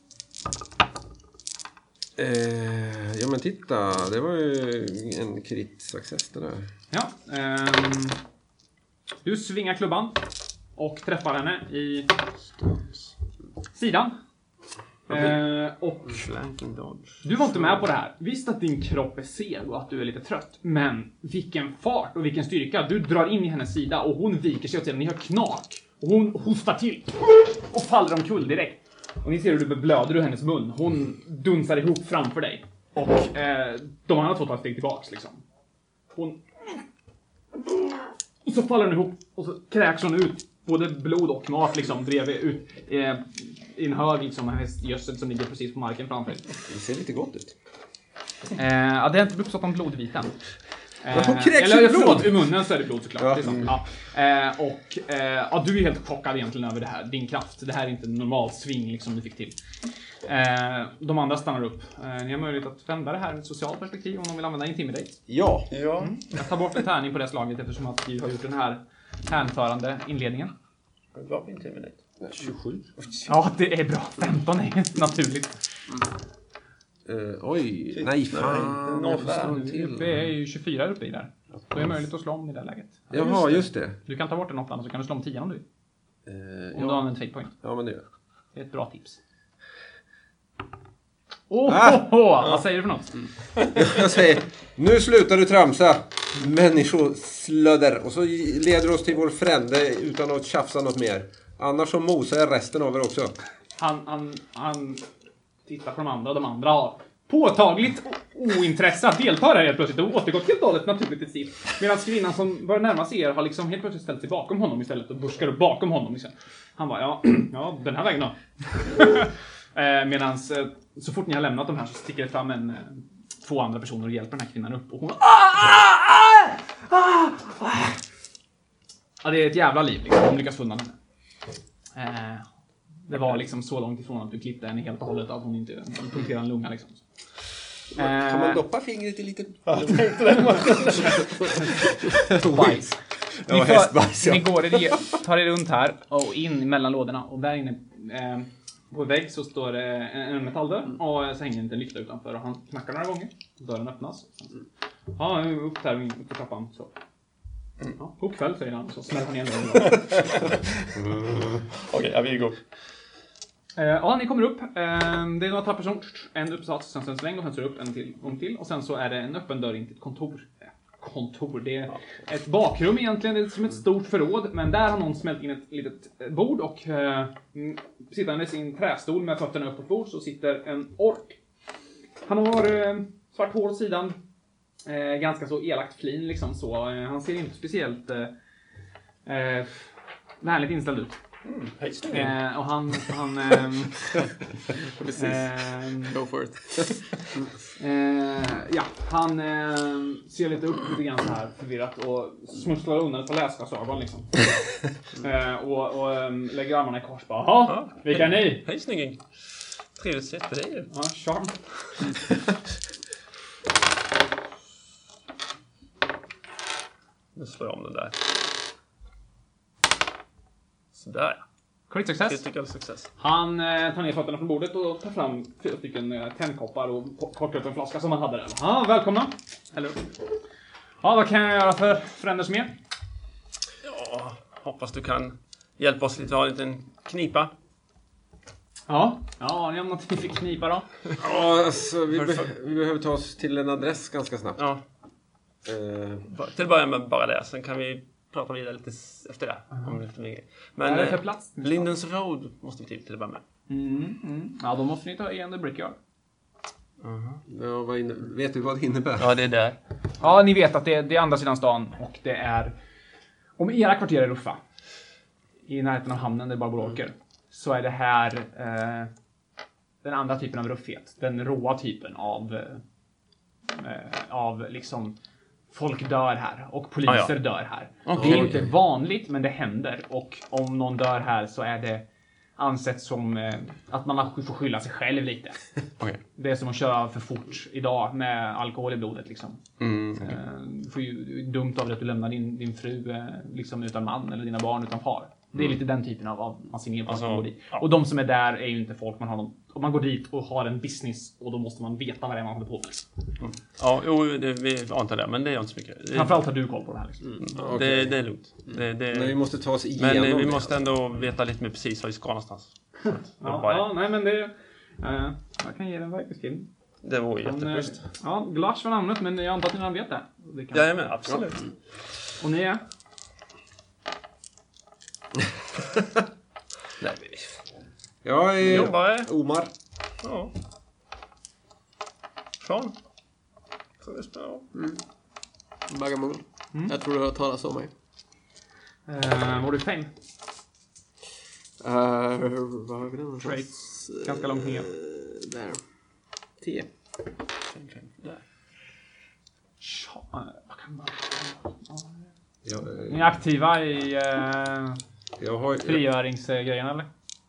Ja men titta, det var ju en crit success det där. Ja. Du svingar klubban och träffar henne i sidan. Och Flanking dodge. du var inte med på det här. Visst att din kropp är seg och att du är lite trött. Men vilken fart och vilken styrka. Du drar in i hennes sida och hon viker sig åt sidan. Ni hör knak. Och hon hostar till. Och faller omkull direkt. Och ni ser hur du blöder ur hennes mun. Hon dunsar ihop framför dig. Och de andra två tar ett steg tillbaks liksom. Hon... Och så faller hon ihop. Och så kräks hon ut. Både blod och mat liksom drev ut i en hög liksom hästgödsel som ligger precis på marken framför. Det ser lite gott ut. Ja, det har inte uppstått om blodviten. Eller förlåt, ur munnen så är det blod såklart. Ja. Det är sant. Ja, du är helt chockad egentligen över det här. Din kraft. Det här är inte en normal sving liksom du fick till. De andra stannar upp. Ni har möjlighet att vända det här ur ett socialt perspektiv om de vill använda Intimidate. Ja. Jag tar bort en tärning på det slaget eftersom att vi har gjort den här hänförande inledningen. Bra på Intimidate. 27. Ja, det är bra. 15 är naturligt. Oj, nej fan. Uppe är ju 24 uppe i där. Då är det möjligt att slå om i det läget. Jaha, just det. Du kan ta bort en 8 så kan du slå om 10 om du vill. Om du har en fake point. Ja, men det gör. Det är ett bra tips. Vad säger du för något? Jag säger, nu slutar du tramsa. Människoslöder. Och så leder du oss till vår frände utan att tjafsa något mer. Annars så mosar jag resten av er också. Han tittar på de andra har påtagligt ointresse att delta här helt plötsligt och återgått helt dåligt naturligt till sitt. Medan kvinnan som börjar närma sig er har liksom helt plötsligt ställt sig bakom honom istället och buskar upp bakom honom. Liksom. Han bara, ja, den här vägen då. Medan så fort ni har lämnat de här så sticker det fram två andra personer och hjälper den här kvinnan upp. Och hon ja, det är ett jävla liv liksom. De lyckas funna henne. Det var liksom så långt ifrån att du klippte henne helt och hållet att hon inte punkterade en lunga liksom. Kan man doppa fingret i lite... Bajs. Hästbajs, ja. Ni tar er runt här och in mellan lådorna och där inne på vägg så står det en metalldörr och så hänger en liten lykta utanför och han knackar några gånger. Dörren öppnas. Ja, upp där upp på trappan så. Ja, god kväll säger han så smäller han igen dörren. Okej, vi går. Ja, ni kommer upp. Det är några trappor som en uppsats, sen en sväng och sen så upp en till och sen så är det en öppen dörr in till ett kontor. Det är ett bakrum egentligen, det är som ett stort förråd, men där har någon smält in ett litet bord och sittande i sin trästol med fötterna upp på bord så sitter en ork. Han har svart hår åt sidan, ganska så elakt flin liksom så. Han ser inte speciellt vänligt inställd ut. Och han Go for it. ja, han ser lite upp lite grann så här förvirrat och smusslar undan ett par läsglasögon liksom. och lägger armarna i kors bara. Jaha, vilka är ni? Hej snygging. Trevligt sätt dig. Ja, charm. Nu slår jag om den där. Sådär. Critical success. Han tar ner fötterna från bordet och tar fram 4 stycken tändkoppar och korkar upp en flaska som han hade där. Ja, välkomna. Hello. Ja, vad kan jag göra för förändras mer? Ja, hoppas du kan hjälpa oss lite. Ha en liten knipa. Ja, ni har någonting för knipa då? Ja, alltså vi behöver ta oss till en adress ganska snabbt. Ja. Till att börja med bara det. Sen kan vi prata vidare lite efter det. Men är det för plats? Lindens Road måste vi till att börja med. Ja, då måste ni ta igen The Brickyard. Ja, vet du vad det innebär? Ja, det är där. Ja, ni vet att det är andra sidan stan och det är... Om era kvarter är ruffa, i närheten av hamnen där Barbro åker, så är det här den andra typen av ruffhet. Den råa typen av liksom... Folk dör här och poliser dör här. Det är inte vanligt, men det händer. Och om någon dör här så är det ansett som att man får skylla sig själv lite. Det är som att köra för fort idag med alkohol i blodet liksom. Det är dumt av dig att du lämnar din fru liksom utan man eller dina barn utan far. Det är lite den typen av man ser ner på man går dit. Och de som är där är ju inte folk man har någon. Om man går dit och har en business och då måste man veta vad det är man håller på med. Ja, vi antar det, men det är inte så mycket. Framförallt har du koll på det här liksom. Det är lugnt. Men vi måste ta oss igenom. Men vi måste ändå veta lite mer precis var vi ska någonstans. Nej men det... jag kan ge den verklighetsfilm. Det var jätteschysst. Ja, Glash var namnet, men jag antar att ni redan vet det. Jajamän, absolut. Och ni är? Nej, jag är jobbare. Omar. Ja. Sean. Bagamol. Jag tror du har hört talas om mig. Var du Fame? Vad har vi den? Traits. Ganska långt ner. Där. 10. Där. Ni är aktiva i frigöringsgrejen eller?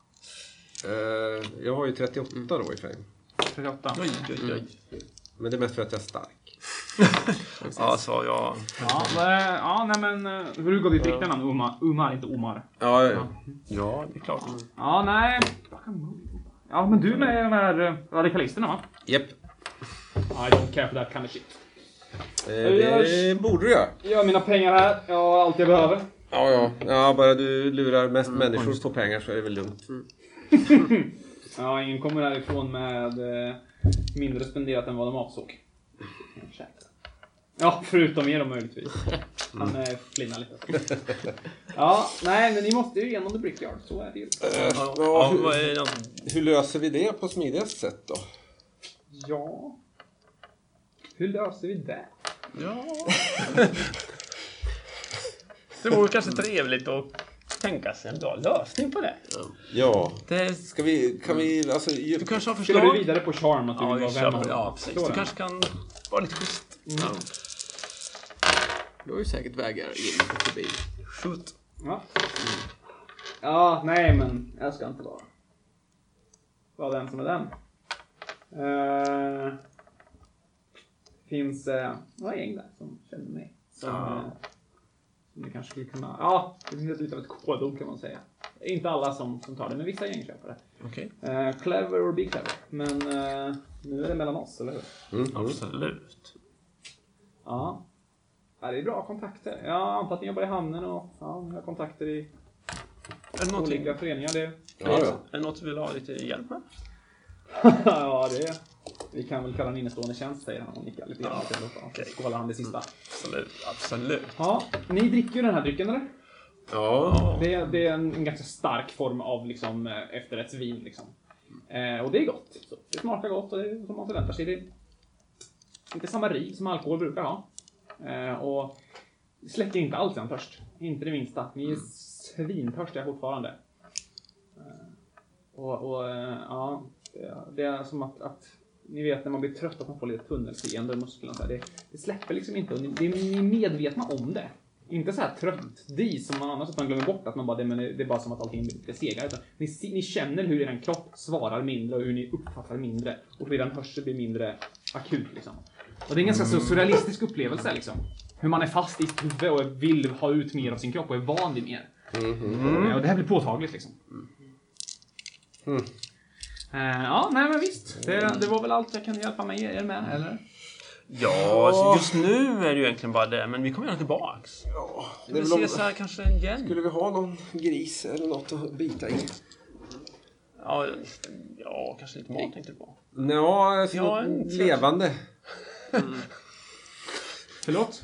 Jag har ju 38 då i Fame. 38. Oj. Men det är mest för att jag är stark. Ja, så jag... Nej men hur går ditt riktiga namn? Umar, inte Omar. Ja, det är klart. Ja, nej. Ja, men du med de här radikalisterna va? Japp. I don't care for that kind of shit. Det borde du göra. Jag har mina pengar här. Jag har allt jag behöver. Ja, bara du lurar mest människor på pengar så är det väl lugnt. Ja, ingen kommer härifrån med mindre spenderat än vad de avsåg. Ja, förutom er då möjligtvis. Han flinar lite. Ja, nej, men ni måste ju igenom The Brickyard. Så är det ju. Hur löser vi det på smidigast sätt då? Ja. Hur löser vi det? Ja. Det vore kanske trevligt att tänka sig en bra lösning på det. Ja. Kan vi alltså... Du kanske har förslag? Spelar du vidare på charm att du vill vara vän? Ja, precis. Du kanske kan vara lite schysst. Du har ju säkert vägar in förbi. Shoot. Ja. Ja, nej men jag ska inte vara den som är den. Finns några gäng där som känner mig. Som det kanske skulle kunna... Ja, det finns lite av ett kodord kan man säga. Inte alla som tar det, men vissa gäng köper det. Okej. Clever or be clever. Men nu är det mellan oss, eller hur? Absolut. Ja. Ja, det är bra kontakter. Jag antar att ni jobbar i hamnen och ni har kontakter i olika föreningar. Är det något du vill ha lite hjälp med? Ja, det är... Vi kan väl kalla en innestående tjänst, säger han och nickar lite grann. Okay. Skålar han det sista. Absolut. Ja, ni dricker ju den här drycken, eller? Ja. Det är en ganska stark form av liksom, efterrättsvin. Liksom. Och det är gott. Så det smakar gott och det är som man förväntar sig. Det är inte samma rik som alkohol brukar ha. Och det släcker inte alls en törst. Inte det minsta. Ni är svintörstiga fortfarande. Det är som att ni vet när man blir trött att man får lite tunnelseende i musklerna. Så det släpper liksom inte. Och ni är medvetna om det. Inte så här trött som man annars att man glömmer bort att man bara, det är bara som att allting blir segar. Utan ni känner hur er kropp svarar mindre och hur ni uppfattar mindre. Och hur er hörsel blir mindre akut liksom. Och det är en ganska så surrealistisk upplevelse liksom. Hur man är fast i sitt huvud och vill ha ut mer av sin kropp och är van vid mer. Och det här blir påtagligt liksom. Ja, nej men visst. Det var väl allt jag kan hjälpa mig er med, eller? Ja, alltså just nu är det ju egentligen bara det. Men vi kommer gärna tillbaks. Ja, vi ses här kanske igen. Skulle vi ha någon gris eller något att bita i? Ja, kanske lite mat tänkte du på. Ja, alltså något levande. Förlåt?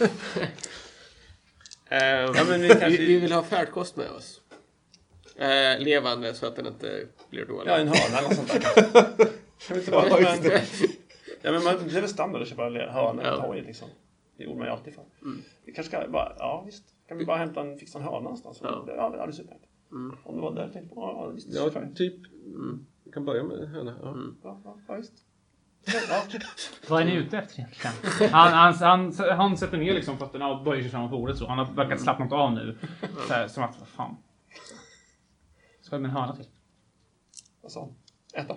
Vi vill ha färdkost med oss. Levande så att den inte blir dålig. Ja, en hörna eller något sånt där. Kan vi inte bara det är väl standard att köpa hörna eller ta i liksom. Det gjorde man ju alltid för. Vi kanske ska bara, visst. Kan vi bara fixa en hörna någonstans? Ja, det är superenkelt. Om det var där tänkte på, visst. Ja, typ. Vi kan börja med hörna. Ja, visst. Vad är ni ute efter egentligen? Han sätter ner liksom fötterna och böjer sig fram på bordet så. Han har verkat slappnat av nu. Så här, som att, vad fan. Ska med en hörna till? Vad sa han? Äta?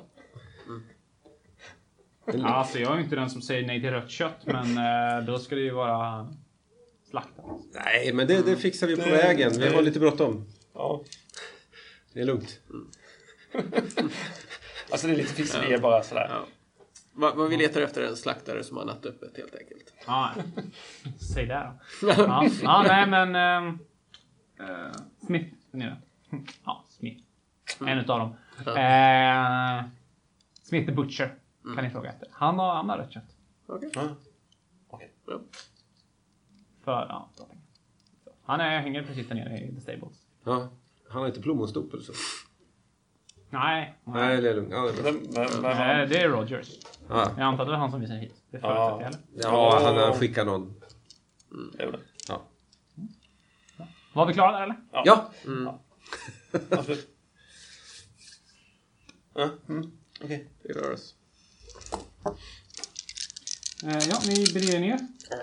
Alltså jag är inte den som säger nej till rött kött. Men då ska det ju vara slaktat. Nej, men det fixar vi på vägen. Vi har lite bråttom. Ja. Det är lugnt. Alltså det är lite fixerier bara sådär. Ja. Vad vi letar efter en slaktare som har nattöppet helt enkelt. Ja, säg det då. Nej men Smith nere. Ja, Smith. En utav dem. Smith the Butcher kan ni fråga efter. Han har rött kött. Okej. Ja. För han hänger precis där nere i The Stables. Ja, han har inte plommonstop eller så. Nej, det är lugnt. Ja, det är Rogers. Ja. Jag antar att det var han som visade hit. Det förutsätter jag, eller? Ja, han har skickat någon. Ja. Var vi klara där, eller? Ja. Absolut. Okej. Det rör oss. Ni beger ner.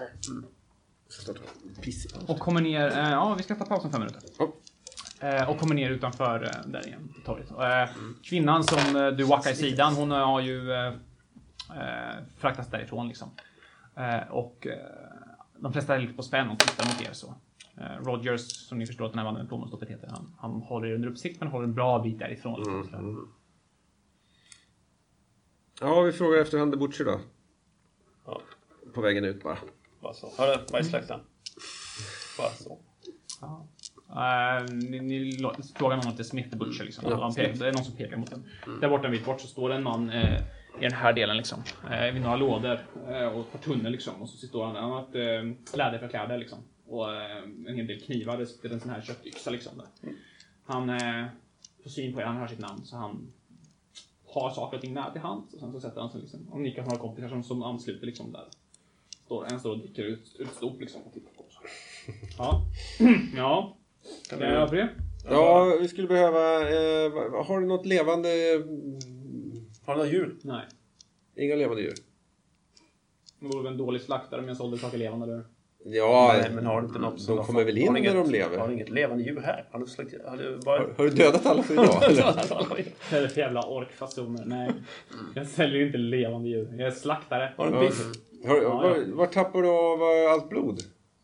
Och kommer ner. Vi ska ta pausen 5 minuter. Och kommer ner utanför där igen. Kvinnan som du wackar i sidan, hon har ju fraktats därifrån liksom. Och de flesta är lite på spänn och tittar mot er så. Rogers, som ni förstår att den här mannen med plommonstoppet heter, han håller under uppsikt men håller en bra bit därifrån. Liksom, Ja, vi frågar efter han The Butcher då. Ja. På vägen ut bara. Bara så. Hörru, vad är släkten? Bara så. Ja. Ni frågar någon till Smith the Butcher liksom. Det är någon som pekar mot den. Där borta en bit bort så står en man i den här delen liksom. Vid några lådor och ett par tunnor liksom. Och så står han annat läder för kläder liksom. Och en hel del knivar. Det sitter en sån här köttyxa liksom där. Han får syn på er, han hör sitt namn så han har saker och ting nära till hand. Och sen så sätter han sig liksom. Om ni kan ha kompisar som ansluter liksom där. En står och dricker ut stort liksom och tittar på. Ja. Kan jag göra för det? Ja, vi skulle behöva... har du något levande... Har du några djur? Nej. Inga levande djur. Det vore väl en dålig slaktare om jag sålde saker levande där. Ja, nej, men har du inte något de kommer väl in när de lever. Har du inget levande djur här? Har du dödat alla för idag? Det är för jävla orkfasoner. Nej, jag säljer inte levande djur. Jag är slaktare. Har du en biff? Var tappar du av allt blod?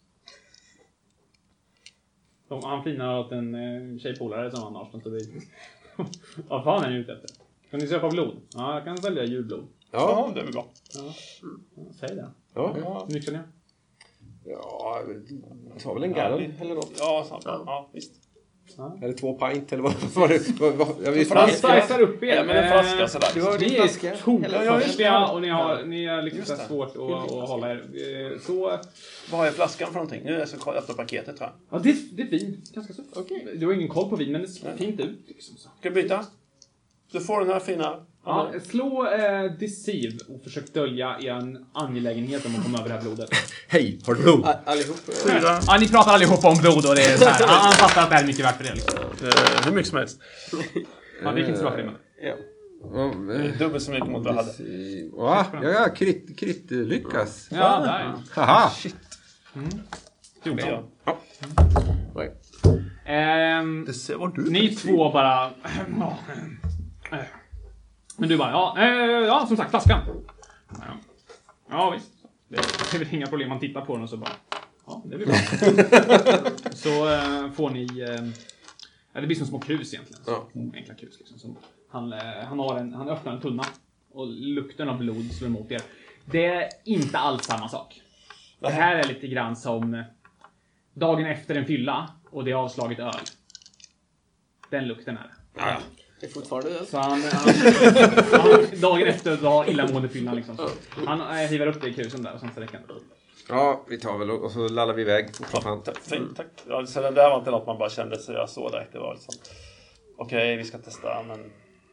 Han finar åt en tjejpolare som han har stått vid. Vad fan är ni ute efter? Kan ni köpa blod? Ja, jag kan sälja djurblod. Ja, det är väl bra. Ja, säg det. Ja. Hur mycket känner jag? Ja, ta väl en gallon eller något. Ja, visst. Ja. Eller 2 pint eller vad var det? Jag vet inte. Slicear upp er. Ja, men en flaska sådär. Du har ni är tokförstiga och ni har liksom svårt att hålla er. Så... Vad är flaskan för någonting? Nu är jag så öppna paketet tror jag. Ja, det är vin. Ganska så. Okay. Du har ingen koll på vin, men det ser fint ut. Liksom så. Ska vi byta? Du får den här fina... Ja, slå deceive och försök dölja er angelägenhet om att komma över det här blodet. Hej, har du blod? Allihop. Ja, ni pratar allihopa om blod och det är så här. Han fattar att det här är mycket värt för det liksom. Hur mycket som helst. Ja, det gick inte så bra för det. Ja. Dubbelt så mycket mot vad jag hade. Ja, krit lyckas. Ja, där. Haha. Shit. Gjorde jag. Ja. Det ser vad du ni två bara... Men du bara, ja, som sagt, flaskan. Ja, visst. Det är väl inga problem, man tittar på den och så bara, ja, det blir bra. så får ni... det blir som små krus egentligen. Små enkla krus liksom. Som han öppnar en tunna och lukten av blod slår emot er. Det är inte alls samma sak. Det här är lite grann som dagen efter en fylla och det är avslaget öl. Den lukten är det. Ja. Det är fortfarande öl. Så han dagen efter har illamående fyllan liksom. Så han hivar upp det i krusen där och sen så räcker han. Ja, vi tar väl och så lallar vi iväg. Tack. Ja, så det där var inte något man bara kände sig så direkt. Det var liksom, okej, vi ska testa, men...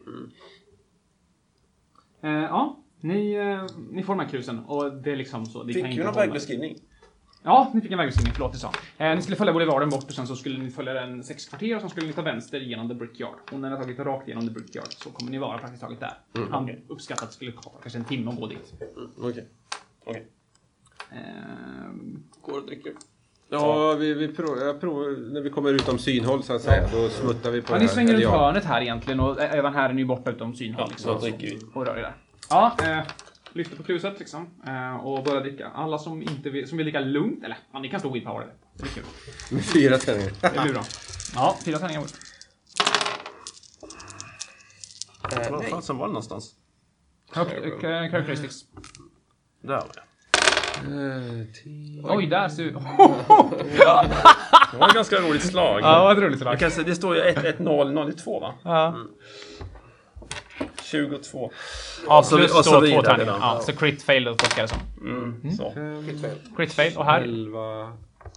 Ni får de här krusen och det är liksom så. Fick vi någon vägbeskrivning? Ja, ni fick en vägbeskrivning, förlåt det sa. Ni skulle följa boulevarden bort och sen så skulle ni följa den 6 kvarter och sen skulle ni ta vänster genom The Brickyard. Och när ni har tagit rakt genom The Brickyard så kommer ni vara praktiskt taget där. Han uppskattar att det skulle ta kanske en timme att gå dit. Okej. Går och dricker. Ja, vi provar när vi kommer utom synhåll så att säga. Då smuttar vi på det här. Ni svänger runt hörnet här egentligen och även här är ni borta utom synhåll. Så dricker vi. Och rör er där. Ja, lyfter på kruset liksom. Och börjar dricka. Alla som vill dricka lugnt, eller ni kan stå willpower det. Det är kul. Med 4 tärningar. Det blir bra. Ja, 4 tärningar. Vad fan som var det någonstans? Characteristics. Där var det. Oj, där ser du. Det var ett ganska roligt slag. Ja, det var ett roligt slag. Det står ju 1-1-0-0-2 va? Ja. 22. Ja, plus och så då 2 tärningar. då. Ja, så crit fail då tolkar det som. Så. Crit fail. Och här 11.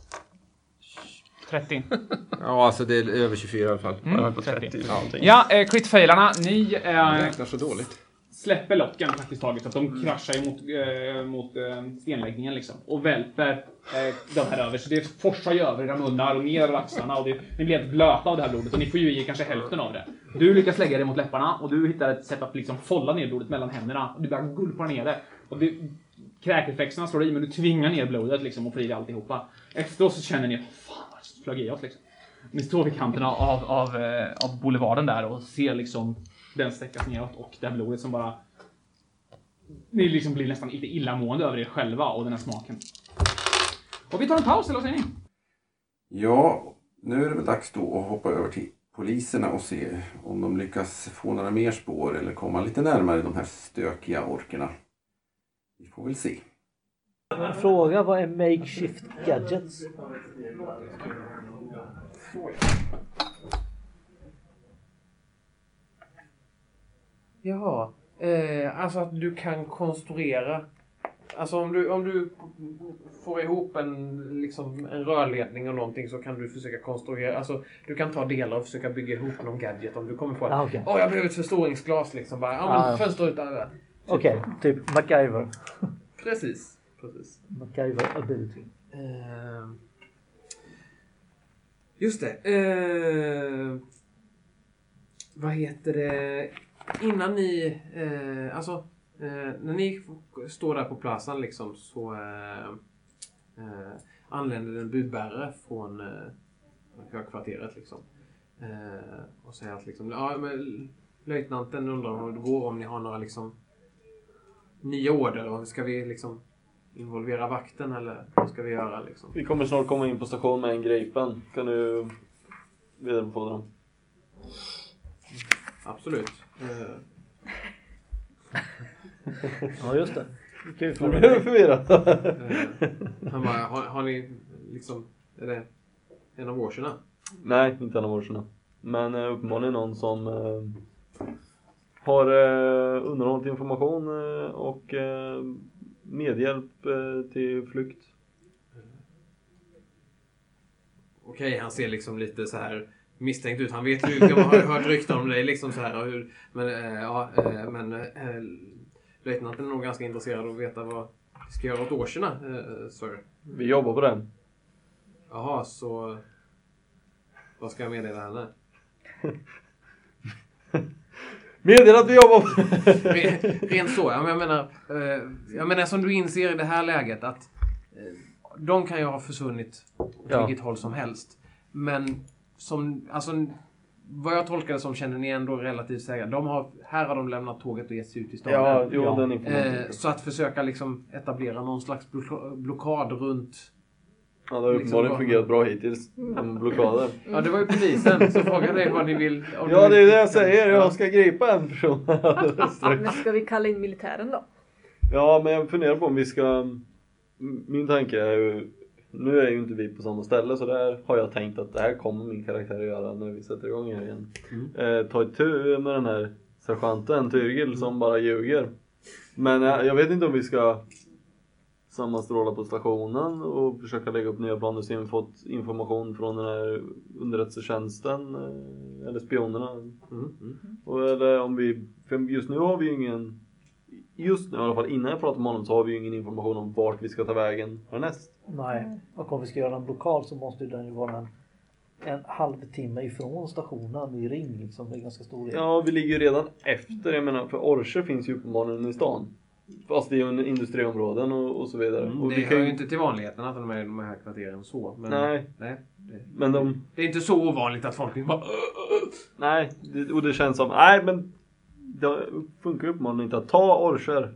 30. Ja, alltså det är över 24 i alla fall. På 30. Ja, crit failarna. Ni räknar så dåligt. släpper locken praktiskt taget så att de kraschar mot stenläggningen liksom. Och välper de här över. Så det forsar ju över era munnar och ner över axlarna. Och ni blir helt blöta av det här blodet. Och ni får ju i kanske hälften av det. Du lyckas lägga det mot läpparna. Och du hittar ett sätt att liksom folla ner blodet mellan händerna. Och du börjar gulpa ner det. Och kräkreflexerna slår i men du tvingar ner blodet liksom och får i alltihopa. Efteråt så känner ni fan vad det flög i oss liksom. Ni står vid kanterna av boulevarden där och ser liksom den sträckas neråt och det här blodet som bara... Ni liksom blir nästan lite illamående över er själva och den här smaken. Och vi tar en paus, eller vad säger ni? Ja, nu är det väl dags då att hoppa över till poliserna och se om de lyckas få några mer spår eller komma lite närmare de här stökiga orkerna. Vi får väl se. En fråga, vad är makeshift gadgets? Jaha, alltså att du kan konstruera. Alltså om du får ihop en rörledning och någonting så kan du försöka konstruera. Alltså du kan ta delar och försöka bygga ihop någon gadget om du kommer på att jag behöver ett förstoringsglas liksom bara. Fönster ut där. Okej, typ MacGyver. Precis. MacGyver ability. Just det. Vad heter det? Innan ni... när ni står där på platsen liksom så anländer en budbärare från högkvarteret liksom. Och säger att liksom... Ja, men löjtnanten undrar hur det går om ni har några liksom nya order. Och ska vi liksom involvera vakten eller vad ska vi göra liksom? Vi kommer snart komma in på station med en gripen. Kan du vidarebefordra dem? Absolut. Ja, just det. Du blev förvirrad. Han bara, har ni liksom... Är det en av årsarna? Nej, inte en av årsarna. Men uppenbarligen någon som har underhållit information och medhjälp till flykt. Okej, han ser liksom lite så här misstänkt ut. Han vet ju, jag har hört rykten om dig liksom så här. Hur, men löjtnanten är nog ganska intresserad av att veta vad vi ska göra åt årsarna, sir. Vi jobbar på det. Jaha, så vad ska jag meddela henne? Meddela att vi jobbar på Rent så, jag menar som du inser i det här läget att de kan ju ha försvunnit åt vilket håll som helst. Men som, alltså vad jag tolkar det som känner ni ändå relativt säkra. Här har de lämnat tåget och gett sig ut i staden. Så att försöka liksom etablera någon slags blockad runt Ja, det har uppenbarligen fungerat bra hittills. Blockader. Ja, det var ju polisen som frågade dig vad ni vill. Ja, det är det jag säger. Jag ska gripa en person. Men ska vi kalla in militären då? Ja, men jag funderar på om vi ska... Min tanke är ju... Nu är ju inte vi på samma ställe, så där har jag tänkt att det här kommer min karaktär att göra när vi sätter igång här igen. Ta ett tur med den här sergeanten Tyrgil som bara ljuger. Men jag vet inte om vi ska sammanstråla på stationen och försöka lägga upp nya planer så vi fått information från den här underrättelsetjänsten eller spionerna. Eller om vi... För just nu har vi ju ingen... Just nu i alla fall, innan jag pratar med honom så har vi ju ingen information om vart vi ska ta vägen härnäst. Nej, och om vi ska göra en blockad så måste den ju vara en halvtimme ifrån stationen i ring liksom. Det är ganska stor. Ja, vi ligger ju redan efter. Jag menar, för Orcher finns ju uppenbarligen i stan. Fast det är ju industriområden och så vidare. Och det vi hör ju inte till vanligheten att de är i de här kvarteren så. Men, nej. Men det är inte så ovanligt att folk bara... Nej, och det känns som... Nej, men... Det funkar ju uppenbarligen inte att ta Orcher.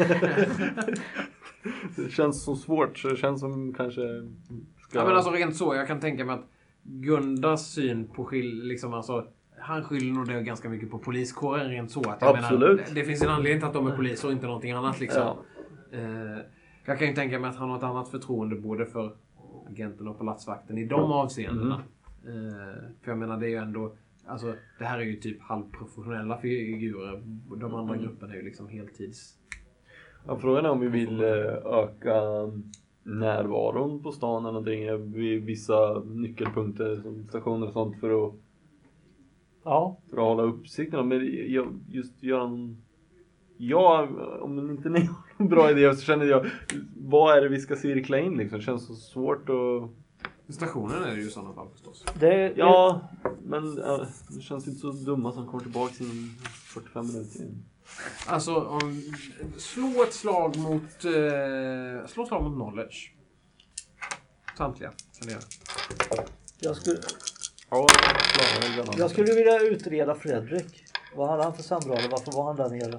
Det känns så svårt, så det känns som kanske... Ja, men alltså rent så, jag kan tänka mig att Gundas syn på liksom alltså... Han skyller nog det ganska mycket på poliskåren rent så. Att jag absolut. Menar, det finns en anledning till att de är poliser och inte någonting annat liksom. Ja. Jag kan ju tänka mig att han har ett annat förtroende både för agenten och palatsvakten i de avseendena. För jag menar det är ju ändå... Alltså det här är ju typ halvprofessionella figurer. De andra grupperna är ju liksom heltids... Ja, frågan är om vi vill öka närvaron på stan eller någonting vid vissa nyckelpunkter som stationer och sånt för att hålla uppsikten. Men just göra en... Ja, om inte ni har en bra idé så känner jag, vad är det vi ska cirkla in liksom? Det känns så svårt att... Stationen är det ju i sådana fall förstås. Ja, men det känns inte så dumma som kommer tillbaka inom 45 minuter. Alltså, slå ett slag mot knowledge. Samtliga, kan ni göra. Jag skulle vilja utreda Fredrik. Vad hade han för samråd? Varför var han där nere?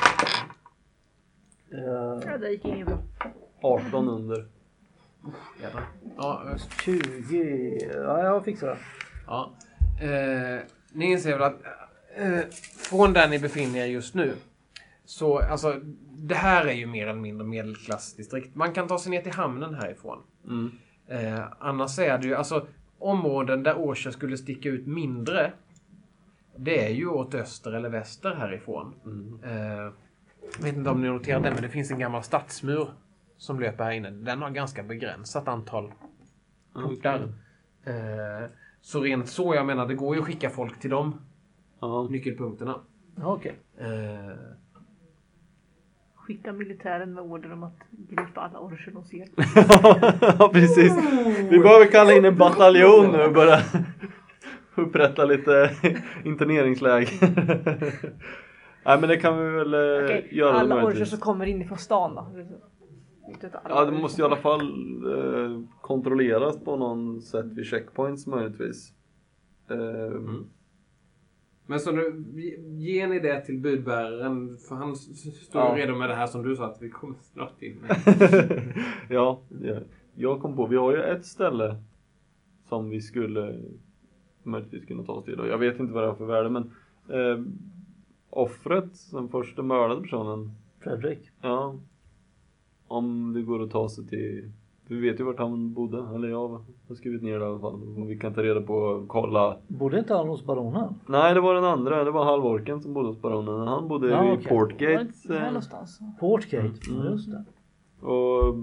Ja, det gick inget bra. 18 under. Ja, 20. Ja, jag fixar det. Ja. Ni inser väl att från där ni befinner er just nu så alltså det här är ju mer eller mindre medelklassdistrikt. Man kan ta sig ner till hamnen härifrån. Annars är det ju alltså områden där Orcher skulle sticka ut mindre. Det är ju åt öster eller väster härifrån. Jag vet inte om ni noterat det, men det finns en gammal stadsmur som löper här inne. Den har ganska begränsat antal portar. Så rent så, jag menar, det går ju att skicka folk till de nyckelpunkterna. Okej. Skicka militären med order om att gripa alla Orcher de ser. Ja, precis. Vi behöver kalla in en bataljon nu och bara upprätta lite interneringsläge. Nej, men det kan vi väl göra. Alla Orcher som kommer in från stan då. Ja, det måste i alla fall kontrolleras på någon sätt vid checkpoints möjligtvis. Men så nu, ger ni det till budbäraren, för han står redo med det här som du sa att vi kommer snart in med. Ja, jag kom på, vi har ju ett ställe som vi skulle möjligtvis kunna ta oss till. Jag vet inte vad det är för värde, men offret, den första mördade personen. Fredrik. Ja. Om det går att ta sig till... Vi vet ju vart han bodde. Eller jag har skrivit ner det i alla fall. Om vi kan ta reda på och kolla. Bodde inte han hos baronen? Nej, det var den andra. Det var halvorken som bodde hos baronen. Han bodde i Portgate. Var någonstans? Portgate, just det. Och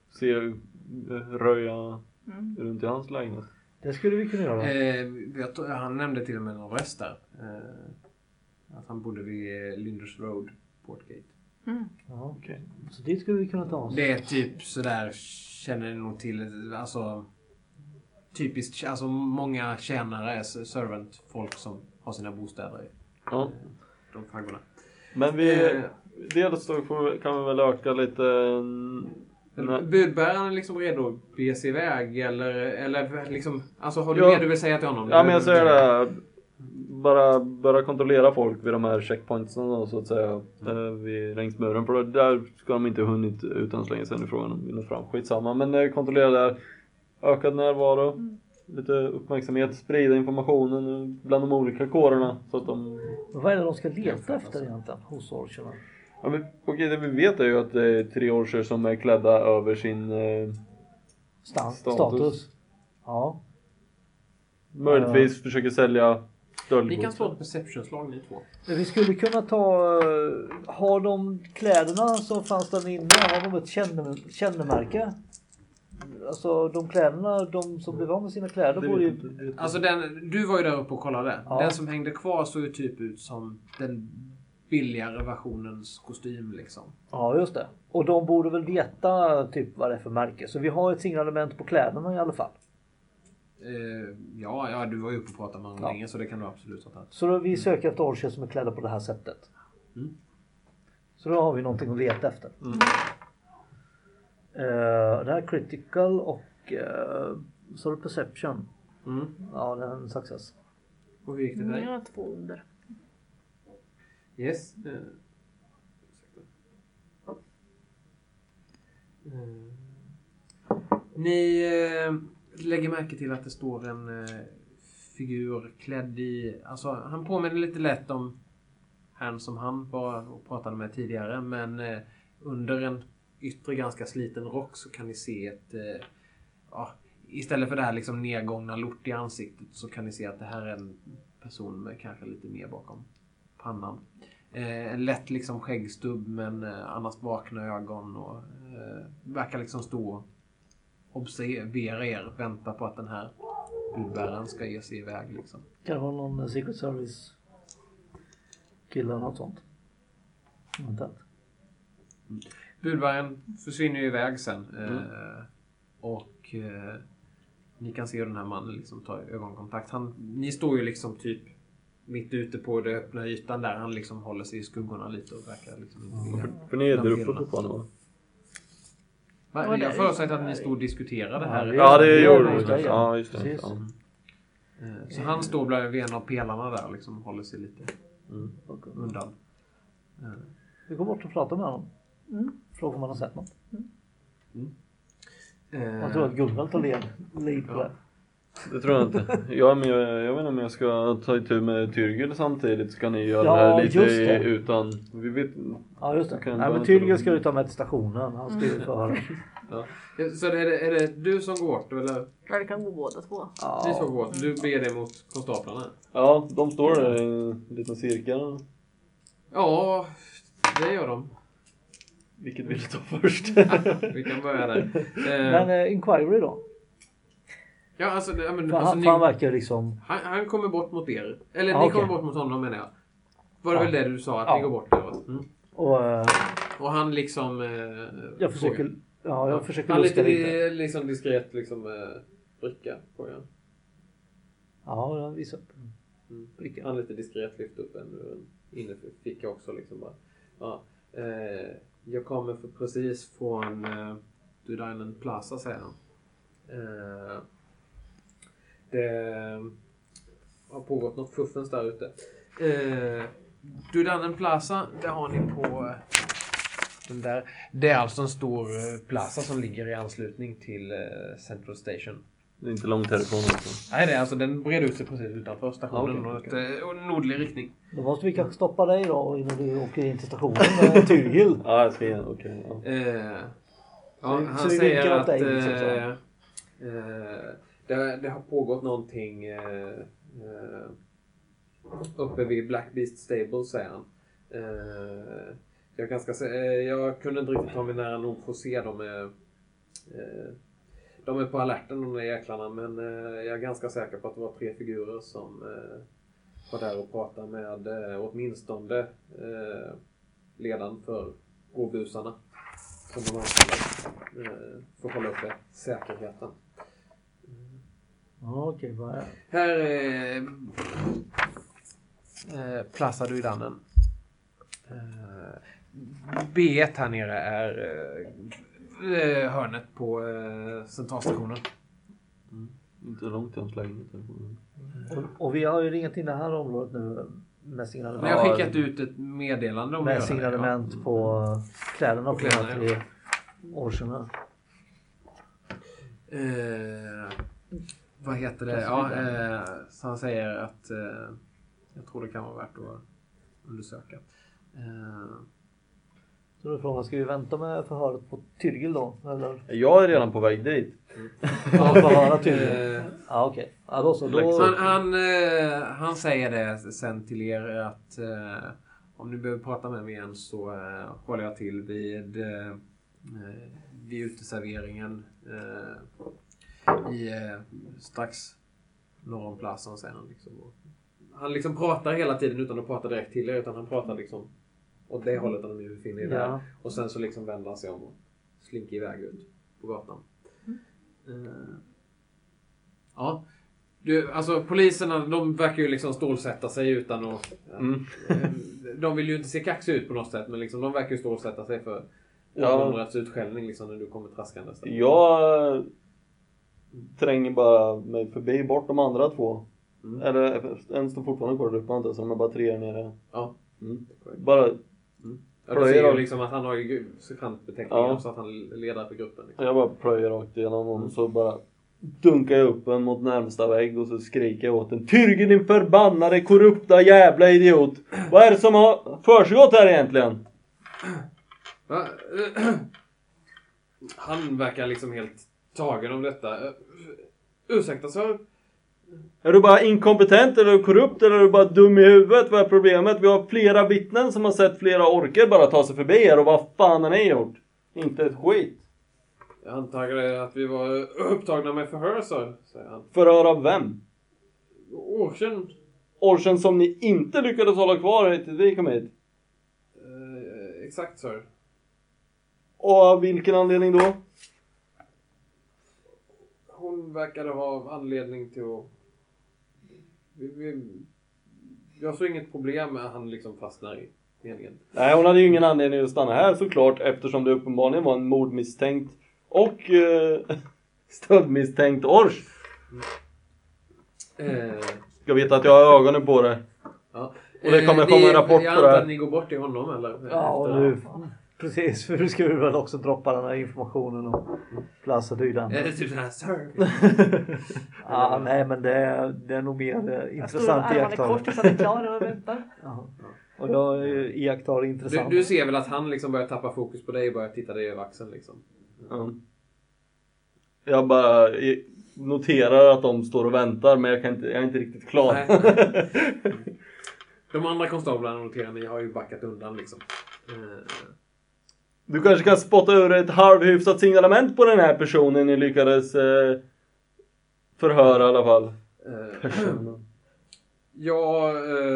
röja runt i hans lägenhet. Det skulle vi kunna göra. Han nämnde till och med någon rest där. Att han bodde vid Linders Road, Portgate. Ja, okej. Så dit skulle vi kunna ta oss. Det är typ sådär, känner ni nog till, alltså typiskt, alltså många tjänare är servant, folk som har sina bostäder i de faggorna. Men dels då kan vi väl öka lite... Budbäraren är liksom redo att bege sig iväg eller liksom, alltså har du mer du vill säga till honom? Ja, men jag säger det. Bara kontrollera folk vid de här checkpointsen då, så att säga, vid längs muren. För där ska de inte hunnit utan så länge sedan i frågan om vi når fram. Skitsamma, men kontrollera där. ökad närvaro, lite uppmärksamhet, sprida informationen bland de olika kårerna så att de... Men vad är det de ska leta efter egentligen hos orcherna? Ja, men, okej, det vi vet är ju att det är 3 orcher som är klädda över sin status. Ja. Möjligtvis försöker sälja stöldgods. Ni kan slå ett perceptionslag ni två. Men vi skulle kunna ta... har de kläderna som fanns där inne, har de ett kännemärke? Alltså de kläderna, de som blev av med sina kläder borde ju... Alltså du var ju där uppe och kollade. Ja. Den som hängde kvar såg ju typ ut som den billigare versionens kostym liksom. Ja, just det. Och de borde väl veta typ vad det är för märke. Så vi har ett signalement på kläderna i alla fall. Ja, du var ju uppe och pratade med honom länge så det kan du absolut ha tagit. Så då vi söker efter orcher som är klädda på det här sättet. Så då har vi någonting att leta efter. Det här är critical och så är det perception. Ja, det är en success. Och hur gick det där? Jag har 2 under. Yes. Ni lägger märke till att det står en figur klädd i... Alltså han påminner lite lätt om han som han var och pratade med tidigare. Men under en yttre ganska sliten rock så kan ni se ett... istället för det här liksom nedgångna lort i ansiktet så kan ni se att det här är en person med kanske lite mer bakom pannan. En lätt liksom skäggstubb men annars vakna ögon och verkar liksom stå och observera er, vänta på att den här budbäraren ska ge sig iväg liksom. Kan det vara någon Secret Service kille eller något sånt? Budbäraren försvinner ju iväg sen och ni kan se hur den här mannen liksom tar ögonkontakt. Ni står ju liksom typ mitt ute på det öppna ytan där han liksom håller sig i skuggorna lite och verkar liksom inte vilja. För ni är där uppe på honom, va? Jag förutsätter att ni stod och diskuterade här. Ja, det gjorde vi. Ja, just det. Ja. Så han står vid en av pelarna där och liksom håller sig lite undan. Vi går bort och pratar med honom. Fråga om han har sett något. Jag tror att Gunvald tar lead på det. Det tror jag inte. Jag vet inte om jag ska ta itu med Tyrgel samtidigt. Ska ni göra det här lite utan... Vi vet, ja, just det. Nej, men Tyrgel ska du ta med till stationen. Han ska ju föra. Så är det du som går bort, eller? Ja, det kan gå båda två. Ja. Ni ska gå bort. Du ber det mot konstaplarna. Ja, de står där i en liten cirkel. Ja, det gör de. Vilket vill du ta först? Vi kan börja där. Men Inquiry då? Ja, alltså... han verkar liksom... Han kommer bort mot er. Eller ni kommer bort mot honom, menar jag. Var det väl det du sa, att ni går bort där? Och han liksom... jag försöker han luska lite liksom diskret bricka på er. Ja, jag visar upp. Han lite diskret lyft upp en inneficka också liksom bara. Ja. Jag kommer precis från Dudainen Plaza, säger han. Det har pågått något fuffens där ute. Dudainen Plaza, det har ni på den där. Det är alltså en stor plaza som ligger i anslutning till Central Station. Det är inte långt härifrån också. Nej, det är alltså den breder ut sig precis utanför stationen och en nordlig riktning. Då måste vi kanske stoppa dig då innan du åker in till stationen med Tyrgil. Ja, jag ska igen. Okej. Han säger att det har pågått någonting uppe vid Black Beast Stable, säger han. Jag kunde inte riktigt ta mig nära nog för att se dem. De är på alerten, de där jäklarna, men jag är ganska säker på att det var 3 figurer som var där och pratade med åtminstone ledaren för gåbusarna som de anställer för att hålla uppe säkerheten. Okej, vad är det? Här är Plaza Dudainen. B1 här nere är hörnet på centralstationen. Inte långt till hans lägenhet. Och vi har ju ringat in det här området nu med signalement. Men jag har skickat ut ett meddelande om med signalement på kläderna och kläderna till orcherna. Vad heter det? Ja, så han säger att jag tror det kan vara värt att undersöka. Så då frågan, ska vi vänta med förhöret på Tyrgel då? Eller? Jag är redan på väg dit. Ja, förhöra Tyrgel. Ja, okej. Ja, då så. Då... Han säger det sen till er att om ni behöver prata med mig igen så håller jag till vid uteserveringen strax norr om platsen, säger han liksom. Han liksom pratar hela tiden utan att prata direkt till er, utan han pratar liksom åt det hållet där ni befinner er där. Och sen så liksom vänder han sig om och slinker iväg ut på gatan. Ja. Alltså poliserna, de verkar ju liksom stålsätta sig utan att... de vill ju inte se kaxig ut på något sätt, men liksom, de verkar ju stålsätta sig för århundradets utskällning liksom, när du kommer traskande. Jag tränger bara mig förbi bort de andra två. Eller en står fortfarande kvar där uppe, inte, så de är bara 3 nere. Ja. Bara... Ja, du ser ju liksom att han har ju sekantbeteckningar så att han leder för gruppen. Liksom. Jag bara plöjer rakt igenom och så bara dunkar jag upp den mot närmsta vägg och så skriker jag åt den: Tyrgel, din förbannade, korrupta jävla idiot! Vad är det som har försiggått här egentligen? Han verkar liksom helt tagen om detta. Ursäkta, så... Är du bara inkompetent eller korrupt eller är du bara dum i huvudet? Vad är problemet? Vi har flera vittnen som har sett flera orker bara ta sig förbi här, och vad fan har ni gjort? Inte ett skit. Jag antar att vi var upptagna med förhör, säger han. Förhör av vem? Orchen. Orchen som ni inte lyckades hålla kvar tills vi kom hit? Exakt, sir. Och av vilken anledning då? Hon verkade ha anledning till att... Jag såg inget problem med att han liksom fastnar i meningen. Nej, hon hade ju ingen anledning att stanna här såklart, eftersom det uppenbarligen var en mordmisstänkt och stöldmisstänkt Ors. Jag vet att jag har ögonen på det. Ja. Och det kommer komma en rapport jag på det antar här. att ni går bort till honom, eller? Ja, och nu... Precis, för du ska väl också droppa den här informationen och plassa dydan. Är det typ såhär, sir? Ja, nej, men det är nog mer intressant iakttagande. Jag står kort tills han är klar och väntar. Ja. Och jag iakttar intressant. Du ser väl att han liksom börjar tappa fokus på dig och börjar titta dig över axeln liksom. Jag bara noterar att de står och väntar, men jag är inte riktigt klar. De andra konstablarna noterar ni har ju backat undan liksom. Du kanske kan spotta ur ett halvhyfsat signalement på den här personen ni lyckades förhöra i alla fall. Ja,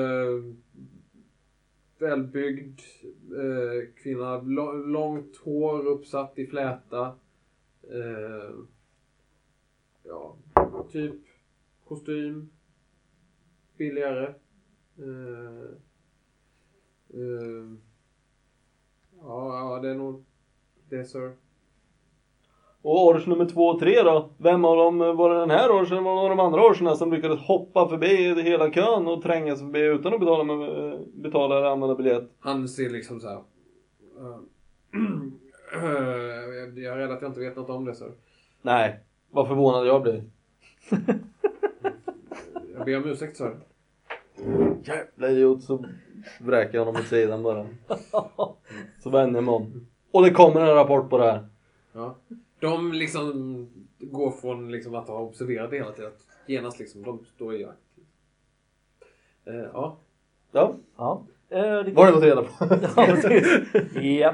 välbyggd kvinna, långt hår uppsatt i fläta. Ja, typ kostym, billigare. Ja, det är nog det, sir. Och Ors nummer 2 och 3 då? Vem av dem var det den här Orsen eller var det de andra Orserna som lyckades hoppa förbi hela kön och tränga sig förbi utan att betala eller använda biljett? Han ser liksom så här. Jag är rädd att jag inte vet något om det, sir. Nej, vad förvånad jag blir. Jag ber om ursäkt, sir. Jävla idiot, så vräker jag honom åt sidan bara. Så vänder jag mig om. Och det kommer en rapport på det här. Ja. De liksom går från liksom att ha observerat det hela till att genast liksom, de står i jakt. Ja. Ja. Ja. Var det något reda på? Ja, precis. Japp.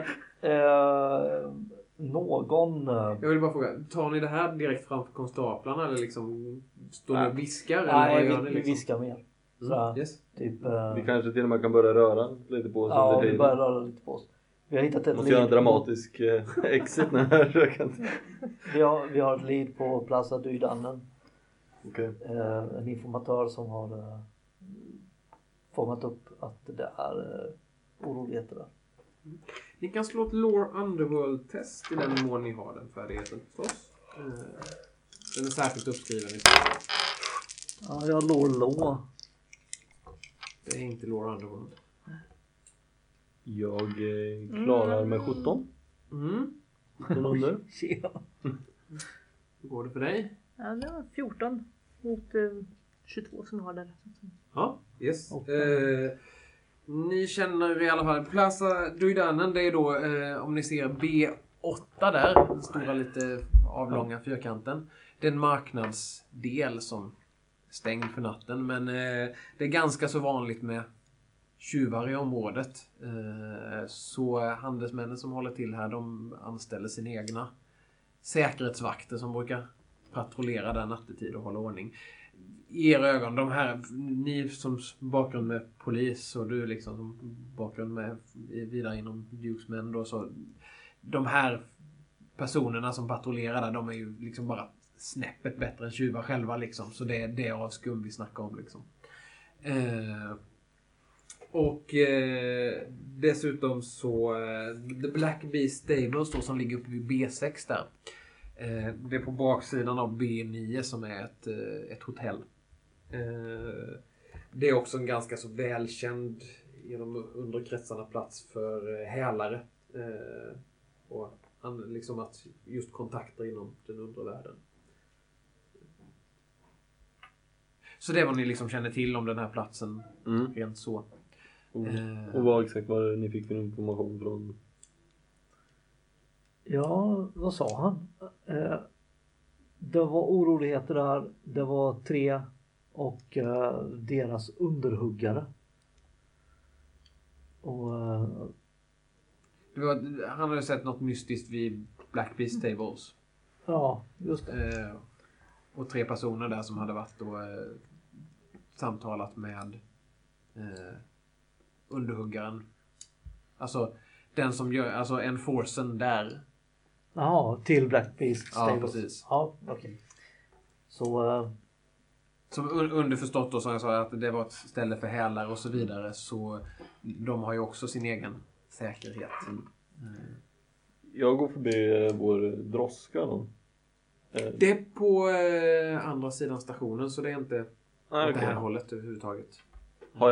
Någon... Jag vill bara fråga, tar ni det här direkt framför konstaplarna eller liksom står ni och viskar? Nej, eller vi viskar mer. Så, yes. Typ, vi kanske till och med kan börja röra lite på oss. Ja, vi börjar röra lite på oss. Vi har hittat ett måste göra en dramatisk exit nu här. Vi har ett lead på Plaza Dydannen. Okay. En informatör som har fångat upp att det är oroligheter där. Ni kan slå ett Lore Underworld-test i den mån ni har den färdigheten förstås. Den är särskilt uppskriven i spelet. Ja, jag har Lore. Det är inte Lore Underworld. Jag klarar med 17. 17 under. Hur går det för dig? Ja, det var 14 mot 22 som har där. Ja, yes. Ni känner i alla fall Plaza Duidanen, det är då om ni ser B8 där, den stora lite avlånga fyrkanten. Det är en marknadsdel som är stängd för natten, men det är ganska så vanligt med tjuvar i området. Så handelsmännen som håller till här, de anställer sina egna säkerhetsvakter som brukar patrullera där nattetid och hålla ordning. I era ögon, de här, ni som bakgrund med polis och du liksom som bakgrund med vidare inom Dukesmen då, så de här personerna som patrullerar där, de är ju liksom bara snäppet bättre än tjuvar själva liksom, så det är det av skum vi snackar om liksom. Dessutom så The Black Beast Stables då, som ligger uppe vid B6 där. Det är på baksidan av B9 som är ett hotell. Det är också en ganska så välkänd genom underkretsarna plats för hälare. Och liksom att just kontakter inom den undre världen. Så det var ni liksom känner till om den här platsen rent så. Och vad exakt var det ni fick för information från? Ja, vad sa han? Det var oroligheter där. Det var 3 och deras underhuggare. Och han hade sett något mystiskt vid Black Beast Tables. Ja, just det. Och 3 personer där som hade varit och samtalat med underhuggaren. Alltså den som gör, alltså enforcen där. Ja, till Black Beast Stables. Ja, precis. Ja, okej. Så som underförstått då, som jag sa, att det var ett ställe för hälar och så vidare, så de har ju också sin egen säkerhet. Jag går förbi vår droska då. Det är på andra sidan stationen, så det är inte åt det här hållet överhuvudtaget. Har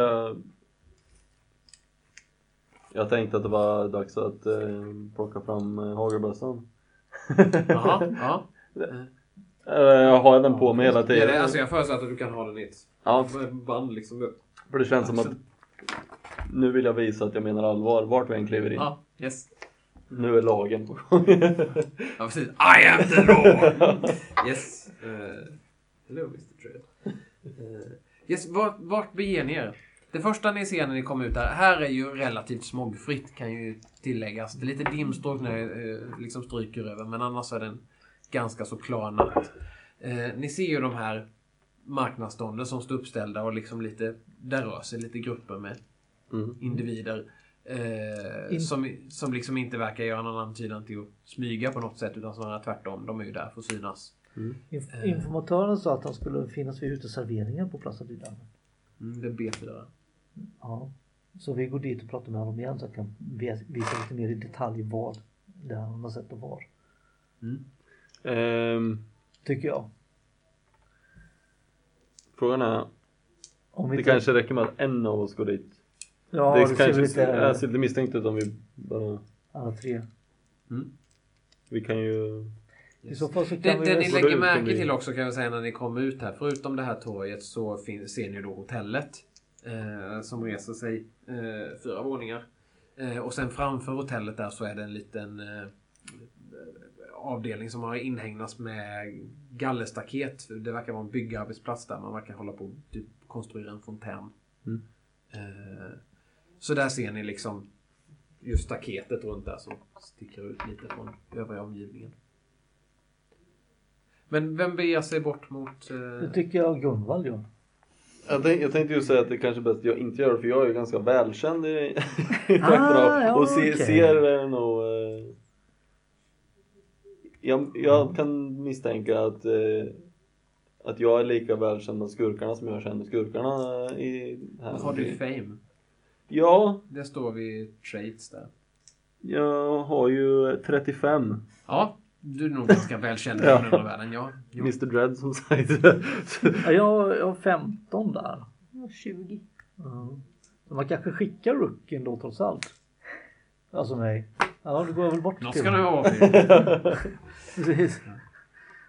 jag tänkte att det var dags att plocka fram hagelbössan. Jaha, ja. Har jag den på mig hela tiden? Ja, alltså jag förutsätter att du kan ha den i ett band liksom. För det känns som att nu vill jag visa att jag menar allvar vart vi än kliver in. Ja, yes. Nu är lagen på gång. Ja, precis. I am the law! Yes. Hello, Mr. Tread. Yes, vart beger ni er? Det första ni ser när ni kommer ut här är ju relativt smogfritt, kan ju tilläggas. Det är lite dimstråk när det liksom stryker över, men annars är det en ganska så klar natt. Ni ser ju de här marknadsstånden som står uppställda och liksom lite, där rör sig lite grupper med individer som liksom inte verkar göra någon antydan till att smyga på något sätt, utan snarare tvärtom. De är ju där för att synas. Informatören sa att han skulle finnas vid uteserveringen på Plaza Duidanen. Det bet det där. Ja, så vi går dit och pratar med honom igen så jag kan visa lite mer i detalj vad det han har sett och var. Tycker jag. Frågan är om det kanske räcker med att en av oss går dit. Ja, det kanske ser lite misstänkt ut om vi bara alla 3. Vi kan ju i så fall så det ni lägger märke till också, kan jag säga, när ni kommer ut här, förutom det här torget, så ser ni då hotellet som reser sig 4 våningar. Och sen framför hotellet där så är det en liten avdelning som har inhägnats med gallerstaket. Det verkar vara en byggarbetsplats där man verkar hålla på att typ konstruera en fontän. Så där ser ni liksom just staketet runt där som sticker ut lite från övriga omgivningen. Men vem beger sig bort mot... Det tycker jag Gunvald gör. Jag tänkte ju säga att det kanske är bäst att jag inte gör det, för jag är ju ganska välkänd i trakterna. Och ser nog... Jag kan misstänka att jag är lika välkänd med skurkarna som jag känner skurkarna i här. Har du fame? Ja. Det står vid traits där. Jag har ju 35. Ja, du är nog ganska välkänd i den här världen. Ja. Mr. Dread som sagt. Jag har 15 där. 20. Man kanske skickar rookien då trots allt. Alltså mig. Ja, du går väl bort. Nå ska du ha. Precis.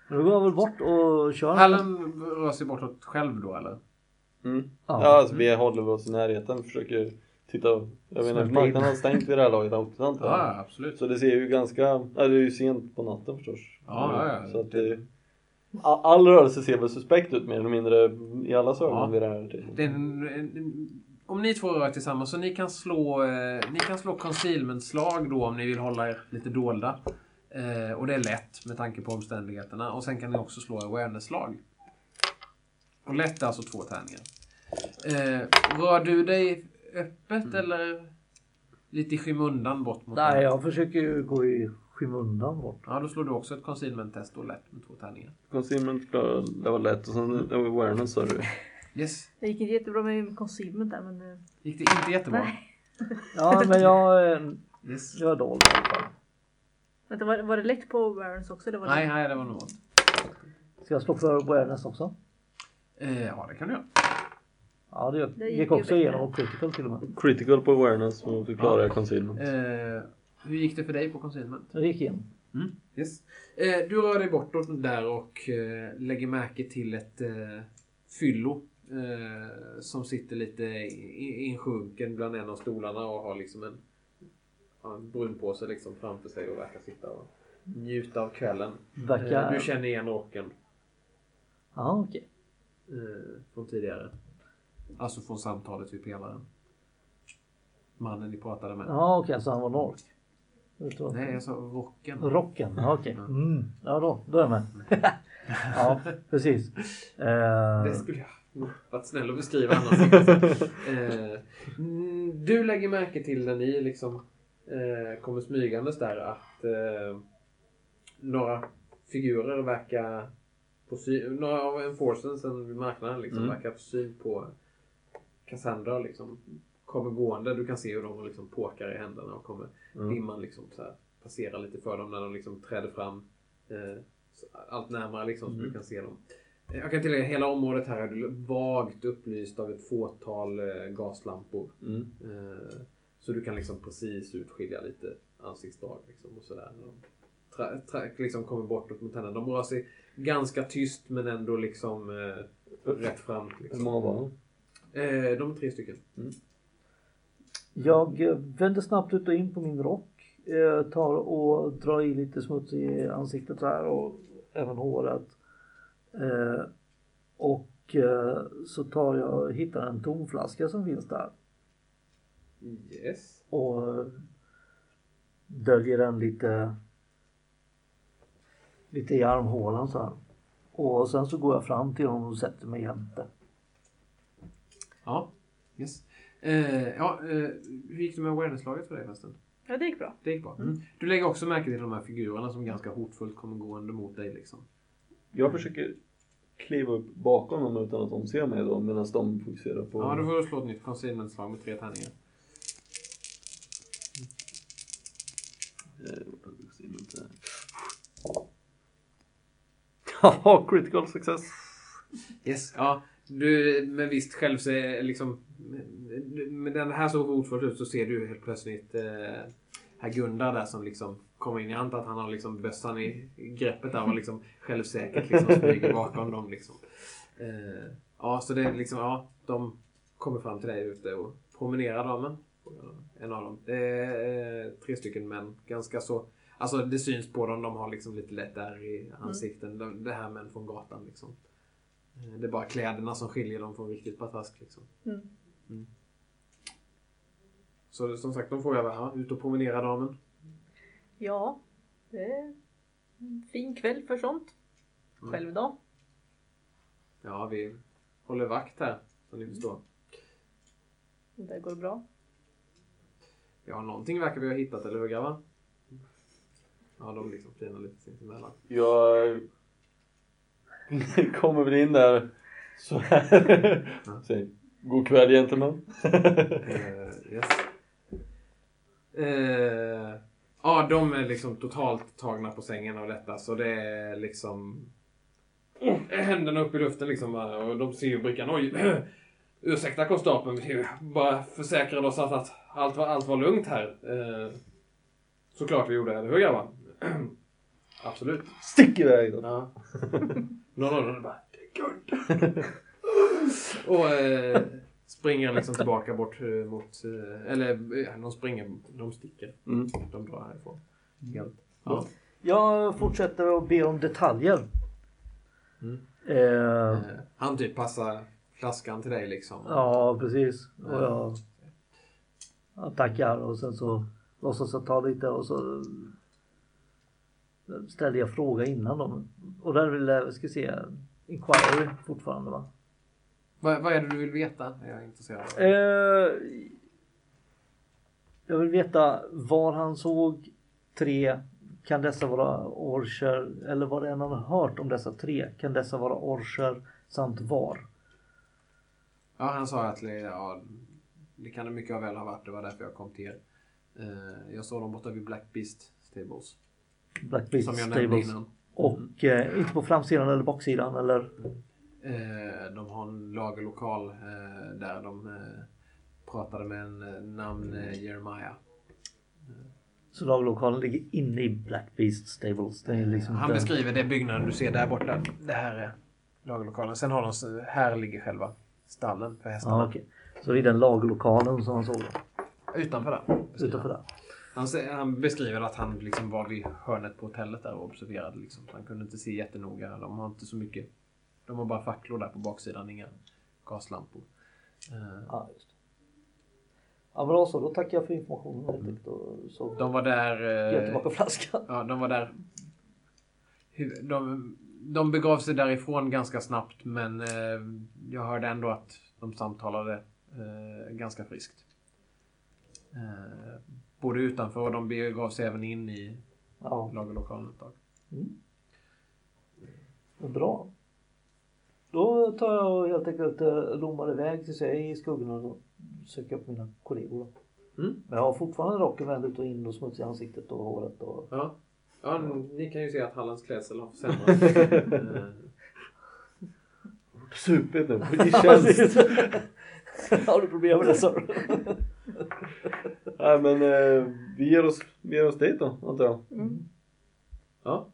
Då går jag väl bort och kör. Allen rör sig bortåt själv då, eller? Ja, alltså vi håller oss i närheten. Försöker titta. Jag menar, marknaden har stängt vid det här laget också, antar jag. Ja, absolut. Så det ser ju ganska... Ja, det är ju sent på natten förstås. Ja. Så att det... All rörelse ser väl suspekt ut mer eller mindre i alla ögon vid det här. Om ni två rör tillsammans så ni kan slå concealment-slag då om ni vill hålla er lite dolda. Och det är lätt med tanke på omständigheterna. Och sen kan ni också slå awareness-slag. Och lätt är alltså 2 tärningar. Rör du dig öppet eller lite i skymundan bort mot Nej, jag försöker ju gå i skymundan bort. Ja, då slår du också ett concealment-test då lätt med 2 tärningar. Concealment, det var lätt. Och sen awareness sa du. Yes. Det gick inte jättebra med concealment där, men... Gick det inte jättebra? Nej. Ja, men jag är dold i alla fall. Vänta, var det lätt på awareness också? Eller var det... Nej, det var något. Ska jag slå för awareness också? Ja, det kan du göra. Ja, det gick gick också ju igenom och critical till och med. Critical på awareness och du klarar concealment. Hur gick det för dig på concealment? Det gick in. Yes. Du rör dig bortåt där och lägger märke till ett fyllo som sitter lite insjunken bland en av stolarna och har liksom en brun på sig liksom framför sig och verkar sitta och njuta av kvällen. Du känner igen rocken. Ja, okej. Från tidigare. Alltså från samtalet vid pelaren. Mannen ni pratade med. Ja, okej, så han var norsk. Nej, jag sa rocken. Rocken, ja, okej. Ja, då är jag med. Ja, precis. Det skulle jag varit snäll och beskriva annars. Du lägger märke till när ni liksom kommer smygandes där att några figurer verkar på syn, några av enforcers vid marknaden liksom verkar på syn på Cassandra liksom kommer gående. Du kan se hur de liksom påkar i händerna och kommer dimman liksom så här passera lite för dem när de liksom träder fram allt närmare liksom så du kan se dem. Jag kan tillägga hela området här är vagt upplyst av ett fåtal gaslampor. Så du kan liksom precis utskilja lite ansiktsdrag liksom och sådär. Liksom kommer bort mot henne. De rör sig ganska tyst men ändå liksom rätt fram. Liksom. Hur många var de? De är 3 stycken. Jag vänder snabbt ut och in på min rock. Tar och drar i lite smuts i ansiktet så här och även håret. Och så tar jag hittar en tomflaska som finns där. Yes. Och döljer den lite i armhålan så här. Och sen så går jag fram till honom och sätter mig jämte. Ja, yes. Hur gick det med awareness-slaget för dig förresten? Ja, det gick bra. Det gick bra. Du lägger också märke till de här figurerna som ganska hotfullt kommer gående mot dig liksom. Jag försöker kliva upp bakom dem utan att de ser mig då medan de fokuserar på... Ja, då får du slå ett nytt concealment-slag med 3 tärningar. Ja, critical success. Yes, ja. Du med visst själv så liksom med den här så hotfullt ut så ser du helt plötsligt herr Gundar där som liksom kommer in. Jag antar att han har liksom bössan i greppet där och liksom självsäkert liksom smyger bakom dem liksom. Ja, så det är liksom, ja, de kommer fram till dig ute och promenerar damen. En av dem. Det är 3 stycken män. Ganska så, alltså det syns på dem, de har liksom lite lätt där i ansikten. Det här män från gatan liksom. Det är bara kläderna som skiljer dem från riktigt patrask liksom. Så som sagt, de får jag ut och promenera damen. Ja, det är en fin kväll för sånt. Själv då? Ja, vi håller vakt här, som ni förstår. Det går bra. Ja, någonting verkar vi ha hittat, eller hur grabbar? Ja, de liksom flinar lite sinsemellan. Jag kommer väl in där så här. Säg, god kväll gentlemen. Yes. Ja, de är liksom totalt tagna på sängen av detta. Så det är liksom händerna upp i luften liksom. Och de ser ju brickan. Oj, ursäkta konstapeln. Vi bara försäkrade oss att allt var lugnt här. Såklart vi gjorde det. Hur grabbar? Absolut. Stick iväg då. Ja. Någon av dem bara, det är guld. Och springer liksom tillbaka bort mot, de sticker. De drar härifrån. Helt. Ja. Jag fortsätter att be om detaljer. Han typ passar flaskan till dig liksom. Ja, precis. Och jag tackar och sen så låtsas jag ta lite och så ställde jag fråga innan dem. Och där vill jag, ska se, inquiry fortfarande va? Vad är det du vill veta? Jag är intresserad. Jag vill veta var han såg 3. Kan dessa vara orcher? Eller var det en han har hört om dessa 3? Kan dessa vara orcher samt var? Ja, han sa att det kan det mycket väl ha varit. Det var därför jag kom till er. Jag såg dem borta vid Black Beast Stables. Black Beast som jag Stables. nämnde innan. Och inte på framsidan eller baksidan eller? De har en lagerlokal där de pratade med en namn Jeremiah. Så lagerlokalen ligger inne i Black Beast Stables. Det är liksom han beskriver det byggnaden du ser där borta. Det här är lagerlokalen. Sen har de, här ligger själva stallen för hästarna. Ja, okej. Så det är den lagerlokalen som han såg då? Utanför där. Utanför där. Han beskriver att han liksom var vid hörnet på hotellet där och observerade. Liksom. Han kunde inte se jättenoga. De har inte så mycket. De har bara facklor där på baksidan. Inga gaslampor. Ja, just det. Ja, men också, då tackar jag för informationen. Så de var där... Ge tillbaka flaskan. Ja, de var där... De begav sig därifrån ganska snabbt. Men jag hörde ändå att de samtalade ganska friskt. Både utanför och de begav sig även in i lagerlokalen ett tag. Bra. Då tar jag helt enkelt lommar iväg till sig i skuggorna och söker upp mina kollegor. Men jag har fortfarande rocken vänd ut och in och smuts i ansiktet och håret. Och... Ja, ni kan ju se att Hallands klädsel har försämrats. Supert nu. I tjänst. Har du problem med det så? Nej men vi ger oss dit då, antar jag. Ja.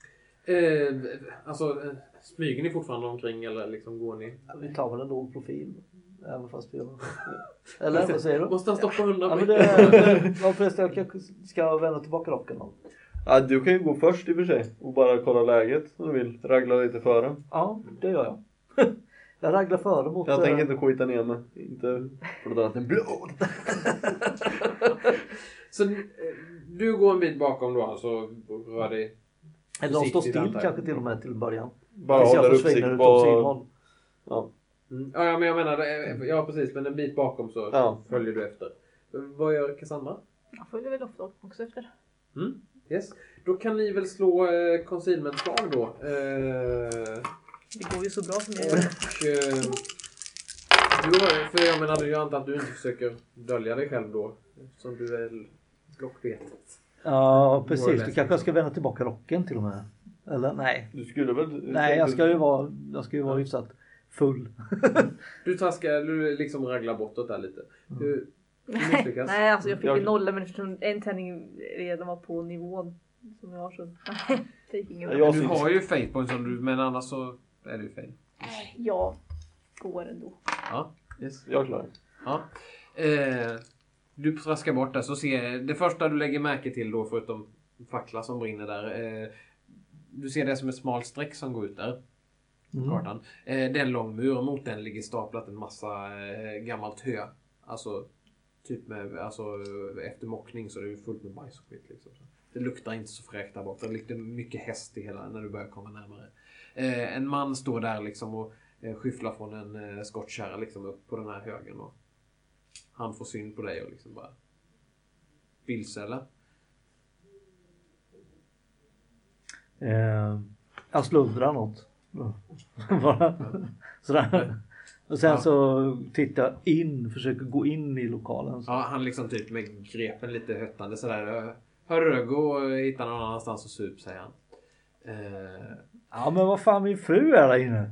Alltså smyger ni fortfarande omkring eller liksom går ni? Ja, vi tar väl en låg profil. Även fast vi har... Eller vad säger du? Måste han stoppa undan? Ja, men det... förresten, jag kanske ska vända tillbaka rocken då. Ja, du kan ju gå först i och för sig och bara kolla läget om du vill. Ragla lite före. Ja, det gör jag. Jag raglar före mot... Jag tänker inte skita ner mig. Inte för att dra en blod. Så du går en bit bakom då alltså rör dig. Eller de står still kanske till och med till början. Bara håller uppsikt på... Ja. Ja, men jag menar, ja precis, men en bit bakom så följer du efter. Vad gör Cassandra? Jag följer väl ofta också efter. Yes. Då kan ni väl slå concealment-slag då. Det går ju så bra som jag gör. För jag menar, jag antar att du inte försöker dölja dig själv då. Som du är lockbetet. Ja, precis. Du kanske ska vända tillbaka rocken till och med. Eller nej. Du skulle väl... Nej, jag ska ju vara hyfsat full. Du liksom raglar bortåt där lite. Du misslyckas. Nej, alltså jag fick ju nolla men eftersom en tärning redan var på nivån som jag har så det gick ingen bra. Du har ju fail point som du, men annars så är det ju fail. Jag går ändå. Ja, yes. Jag klarar det. Ja. Du traskar bort där så ser det första du lägger märke till då förutom fackla som brinner där. Du ser det som ett smalt streck som går ut där. Kartan. Det är en lång mur och mot den ligger staplat en massa gammalt hö. Alltså typ med, alltså efter mockning så är det fullt med bajs och skit liksom. Det luktar inte så fräkt där bort. Det luktar mycket häst i hela när du börjar komma närmare. En man står där liksom och skyfflar från en skottkärra liksom upp på den här högen och han får syn på dig och liksom bara vilse eller? Jag sluddrar något. Bara sådär. Och sen så tittar jag in, försöker gå in i lokalen. Så. Ja, han liksom typ med grepen lite höttande sådär. Hörru, gå och hitta någon annanstans och sup, säger han. Ja, men vad fan, min fru är där inne.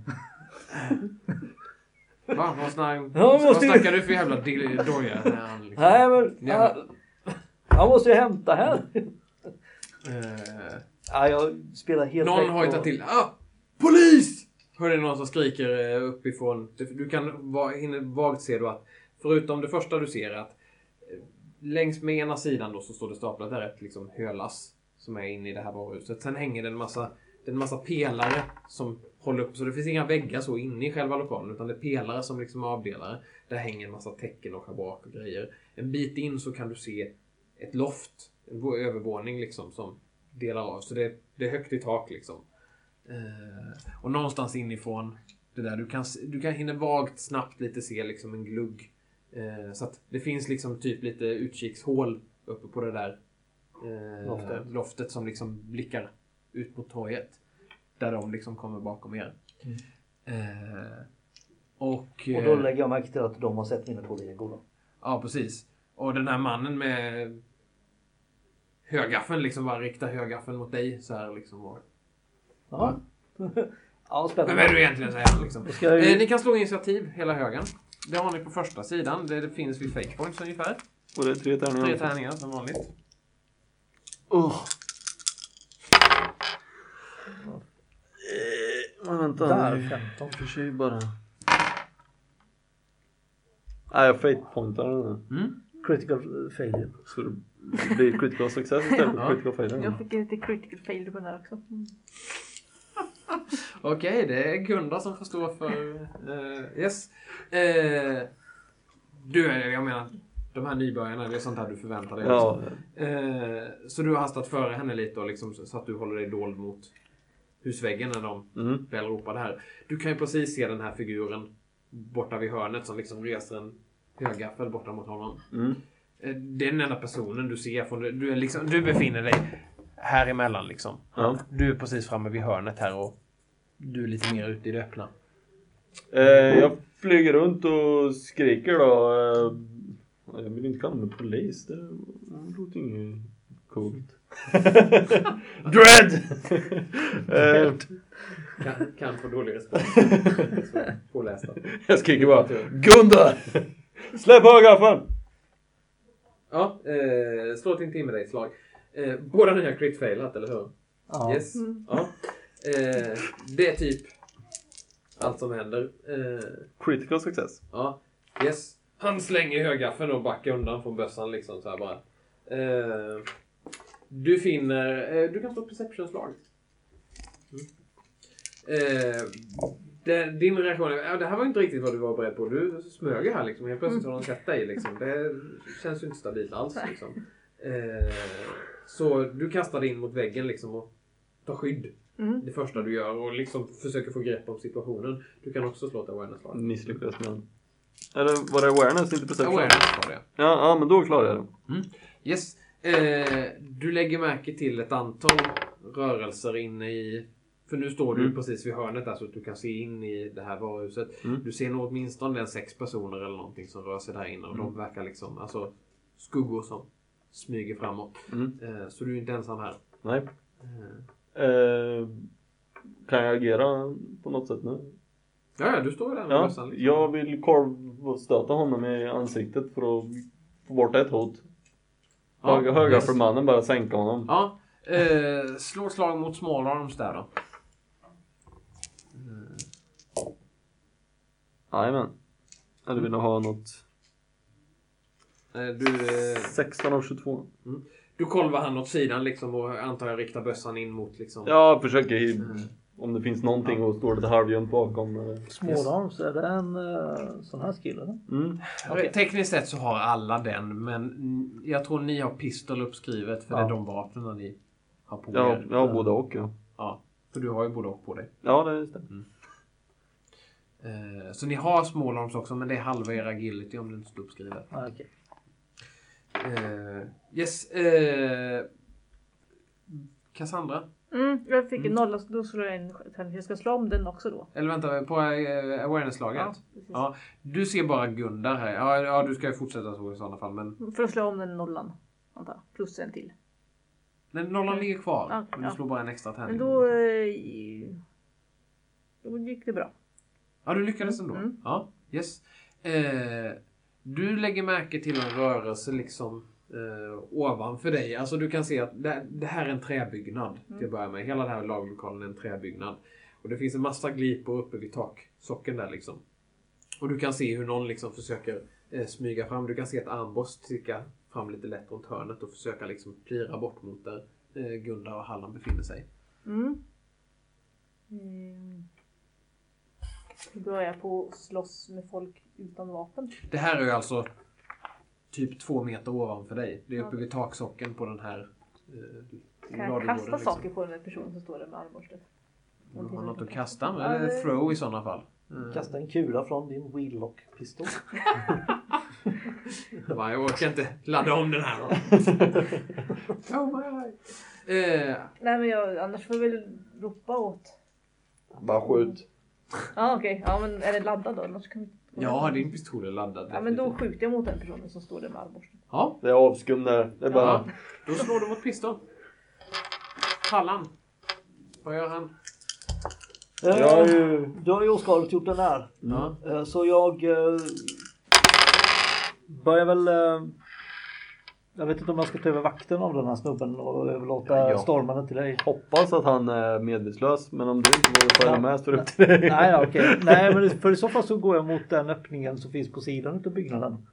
Va? Vad snackar du för jävla doja? Liksom... Nej, men... Han måste ju hämta här. Ja, jag spelar helt Någon hojtar till. Polis! Hör det någon som skriker uppifrån. Du kan hinna vagt se då att förutom det första du ser att längs med ena sidan då så står det staplat där ett liksom hölass som är inne i det här varuhuset. Sen hänger det en massa pelare som håller upp. Så det finns inga väggar så inne i själva lokalen utan det är pelare som liksom är avdelare. Där hänger en massa tecken och schabrak och grejer. En bit in så kan du se ett loft. En övervåning liksom som delar av. Så det är högt i tak liksom. Och någonstans inifrån det där du kan hinna vagt snabbt lite se liksom en glugg. Så att det finns liksom typ lite utkikshål uppe på det där loftet som liksom blickar ut mot torget. Där de liksom kommer bakom er. Och då lägger jag märke till att de har sett mina kollegor. Ja, precis. Och den här mannen med högaffeln liksom bara riktar högaffeln mot dig så här liksom. Och, ja, spännande. Men vad är du egentligen säger liksom? Ni kan slå initiativ hela högen. Det har ni på första sidan. Det finns vid fake points ungefär. Och det är 3 tärningar. 3 tärningar som vanligt. Vänta. Där, 15. För sig bara. Jag fate pointar den. Critical failure. Så det blir critical success istället för critical failure. Jag fick lite critical failure på den här också. Okej, det är Gunda som får stå för... yes. Jag menar, de här nybörjarna, det är sånt här du förväntar dig. Ja. Så du har hastat före henne lite och liksom, så att du håller dig dold mot husväggen när de väl ropar det här. Du kan ju precis se den här figuren borta vid hörnet som liksom reser en högaffel borta mot honom. Det är den enda personen du ser från du befinner dig här emellan liksom. Ja. Du är precis framme vid hörnet här och du är lite mer ute i det öppna. Jag flyger runt och skriker då. Jag vill inte kalla mig polis. Det låter inget coolt. Dread! Kan få dålig respons. Pålästa. Jag skriker bara Gunda! Släpp högaffeln! Ja, slå ett intimidate-slag. Båda ni har crit failat, eller hur? Ja. Yes. Ja. Det är typ allt som händer. Critical success. Ja, yes. Han slänger högaffeln och backar undan från bössan liksom så här bara. Du finner... du kan slå ett perception-slag. Din reaktion är... det här var inte riktigt vad du var beredd på. Du smög här liksom. Helt plötsligt har de sett dig liksom. Det känns ju inte stabilt alls liksom. Så du kastar dig in mot väggen liksom och tar skydd. Det första du gör och liksom försöker få grepp om situationen. Du kan också slå ett awareness-slag. Misslyckas med den. Eller var det awareness, inte perception? Awareness var det. Ja, men då klarar jag det. Yes. Du lägger märke till ett antal rörelser inne i... För nu står du precis vid hörnet där så att du kan se in i det här varuhuset. Du ser nog åtminstone 6 personer eller någonting som rör sig där inne. Och de verkar liksom, alltså skuggor som smyger framåt. Så du är inte ensam här. Nej. Kan jag agera på något sätt nu? Ja, du står ju där med bössan. Liksom. Jag vill stöta honom i ansiktet för att få bort ett hot. Höga för mannen, bara sänka honom. Ja, slå slag mot small arms där då. Jajamän. Eller vill du ha något? 16 av 22. Du kolvar han åt sidan liksom och antar jag riktar bössan in mot liksom... Ja, försöker om det finns någonting och står lite halvjump bakom. Small arms, är det en sån här skill eller? Okay. Tekniskt sett så har alla den, men jag tror ni har pistol uppskrivet för det är de vapnen ni har på er. Ja, både och. Ja, för du har ju både och på dig. Ja, det är det. Så ni har small arms också, men det är halva er agility om det inte står uppskrivet. Okej. Yes. Cassandra? Jag fick en nolla, så då slår jag en. Jag ska slå om den också då. Eller vänta, på awareness-laget? Ja, du ser bara Gundar här. Ja, du ska ju fortsätta så i sådana fall. Men... För att slå om den nollan. Antar. Plus en till. Men nollan ligger kvar. Men du slår bara en extra tärning. Men då gick det bra. Ja, du lyckades ändå. Ja, yes. Du lägger märke till en rörelse liksom ovanför dig. Alltså du kan se att det här är en träbyggnad till att börja med. Hela den här laglokalen är en träbyggnad. Och det finns en massa glipor uppe vid taksocken där liksom. Och du kan se hur någon liksom försöker smyga fram. Du kan se ett armborst sticka fram lite lätt runt hörnet och försöka liksom plira bort mot där Gundar och Hallan befinner sig. Börjar på att slåss med folk utan vapen. Det här är ju alltså typ 2 meter ovanför dig. Det är uppe vid taksocken på den här kan jag kasta saker på den här personen som står där med armborstet? Har något att kasta med? Eller throw i sådana fall. Kasta en kula från din wheellock-pistol. Jag orkar inte ladda om den här då. Nej men annars får vi väl ropa åt. Bara skjut. Okej. Ja men är det laddad då? Annars kan vi... Ja, din pistol är laddad. Ja men då skjuter jag mot den personen som står där med armborsten. Ja. Det är avskum där. Det är bara... Ja. Då slår du mot pistol. Hallan. Vad gör han? Du har ju oskaligt gjort den här. Så jag börjar väl... Jag vet inte om jag ska ta över vakten av den här snubben och överlåta stormen till dig. Hoppas att han är medvetslös, men om du inte vågar följa med står det upp till dig. Nej, okej. Nej, men för i så fall så går jag mot den öppningen som finns på sidan av byggnaden.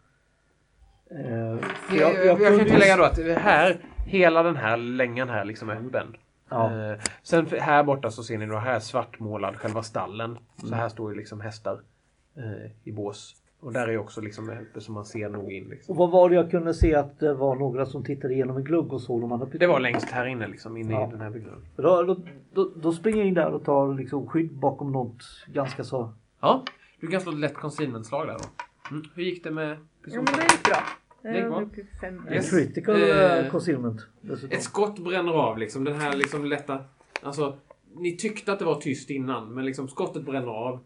Jag kan tillägga då att hela den här längan här liksom är öppen. Ja. Sen här borta så ser ni då här svartmålad själva stallen. Så här står ju liksom hästar i bås. Och där är också liksom uppe som man ser nog in. Liksom. Och vad var det jag kunde se att det var några som tittade igenom en glugg och såg de andra? Det var längst här inne liksom, inne i den här byggnaden. Då springer jag in där och tar liksom skydd bakom något ganska så... Ja, du kan slå ett lätt concealment-slag där då. Hur gick det med Ja men det gick bra. Det gick bra. Yes. Critical concealment. Ett skott bränner av liksom, den här liksom lätta... Alltså, ni tyckte att det var tyst innan, men liksom skottet bränner av.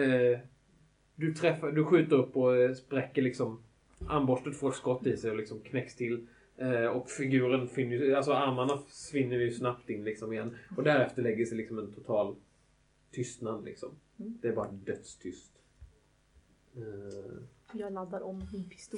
Du skjuter upp och spräcker liksom, armborstet får ett skott i sig och liksom knäcks till. Och figuren finner, alltså armarna svinner ju snabbt in liksom igen. Och därefter lägger sig liksom en total tystnad liksom. Det är bara dödstyst. Jag laddar om min pistol.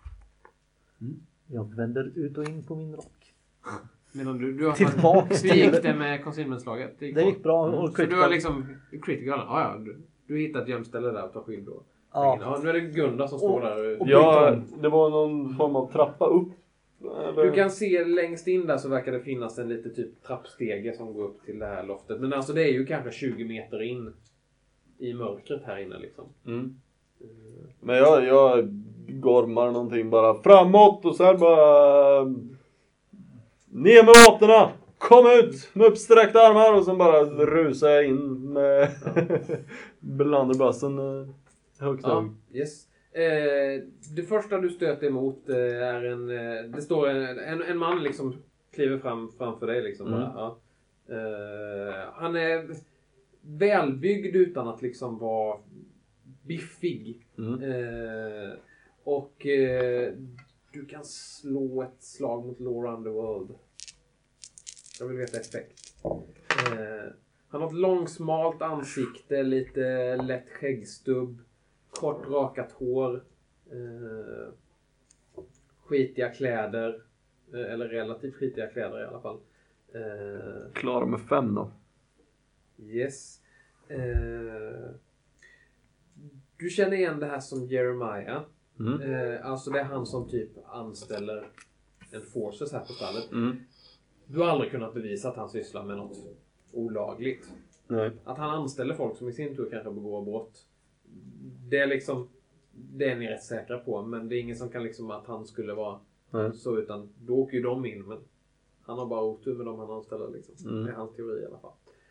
Jag vänder ut och in på min rock. Medan du har tillbaks hur gick det med concealment-slaget? Det gick bra. Och så du har liksom critical. Ja, du hittat ett gömställe där och tar skydd då. Ja, nu är det Gunda som står där. Ja, det var någon form av trappa upp. Eller? Du kan se längst in där så verkar det finnas en lite typ trappstege som går upp till det här loftet. Men alltså det är ju kanske 20 meter in i mörkret här inne liksom. Men jag gormar någonting bara framåt och sen bara ner med vapnen, kom ut med uppsträckta armar och sen bara rusar jag in med blanderbassen högt upp. Yes. Det första du stöter emot är det står en man liksom kliver framför dig liksom bara, han är välbyggd utan att liksom vara biffig. Och du kan slå ett slag mot Law Underworld. Jag vill veta effekt. Han har ett långsmalt ansikte, lite lätt skäggstubb, kort rakat hår, skitiga kläder, eller relativt skitiga kläder i alla fall. Klara med 5 då. Yes. Du känner igen det här som Jeremiah. Alltså det är han som typ anställer en forces här på stallet. Du har aldrig kunnat bevisa att han sysslar med något olagligt. Nej. Att han anställer folk som i sin tur kanske begår brott. Det är liksom, det är ni rätt säkra på. Men det är ingen som kan liksom att han skulle vara så, utan då åker ju de in. Men han har bara otur med dem han anställer liksom. Det är hans teori i alla fall.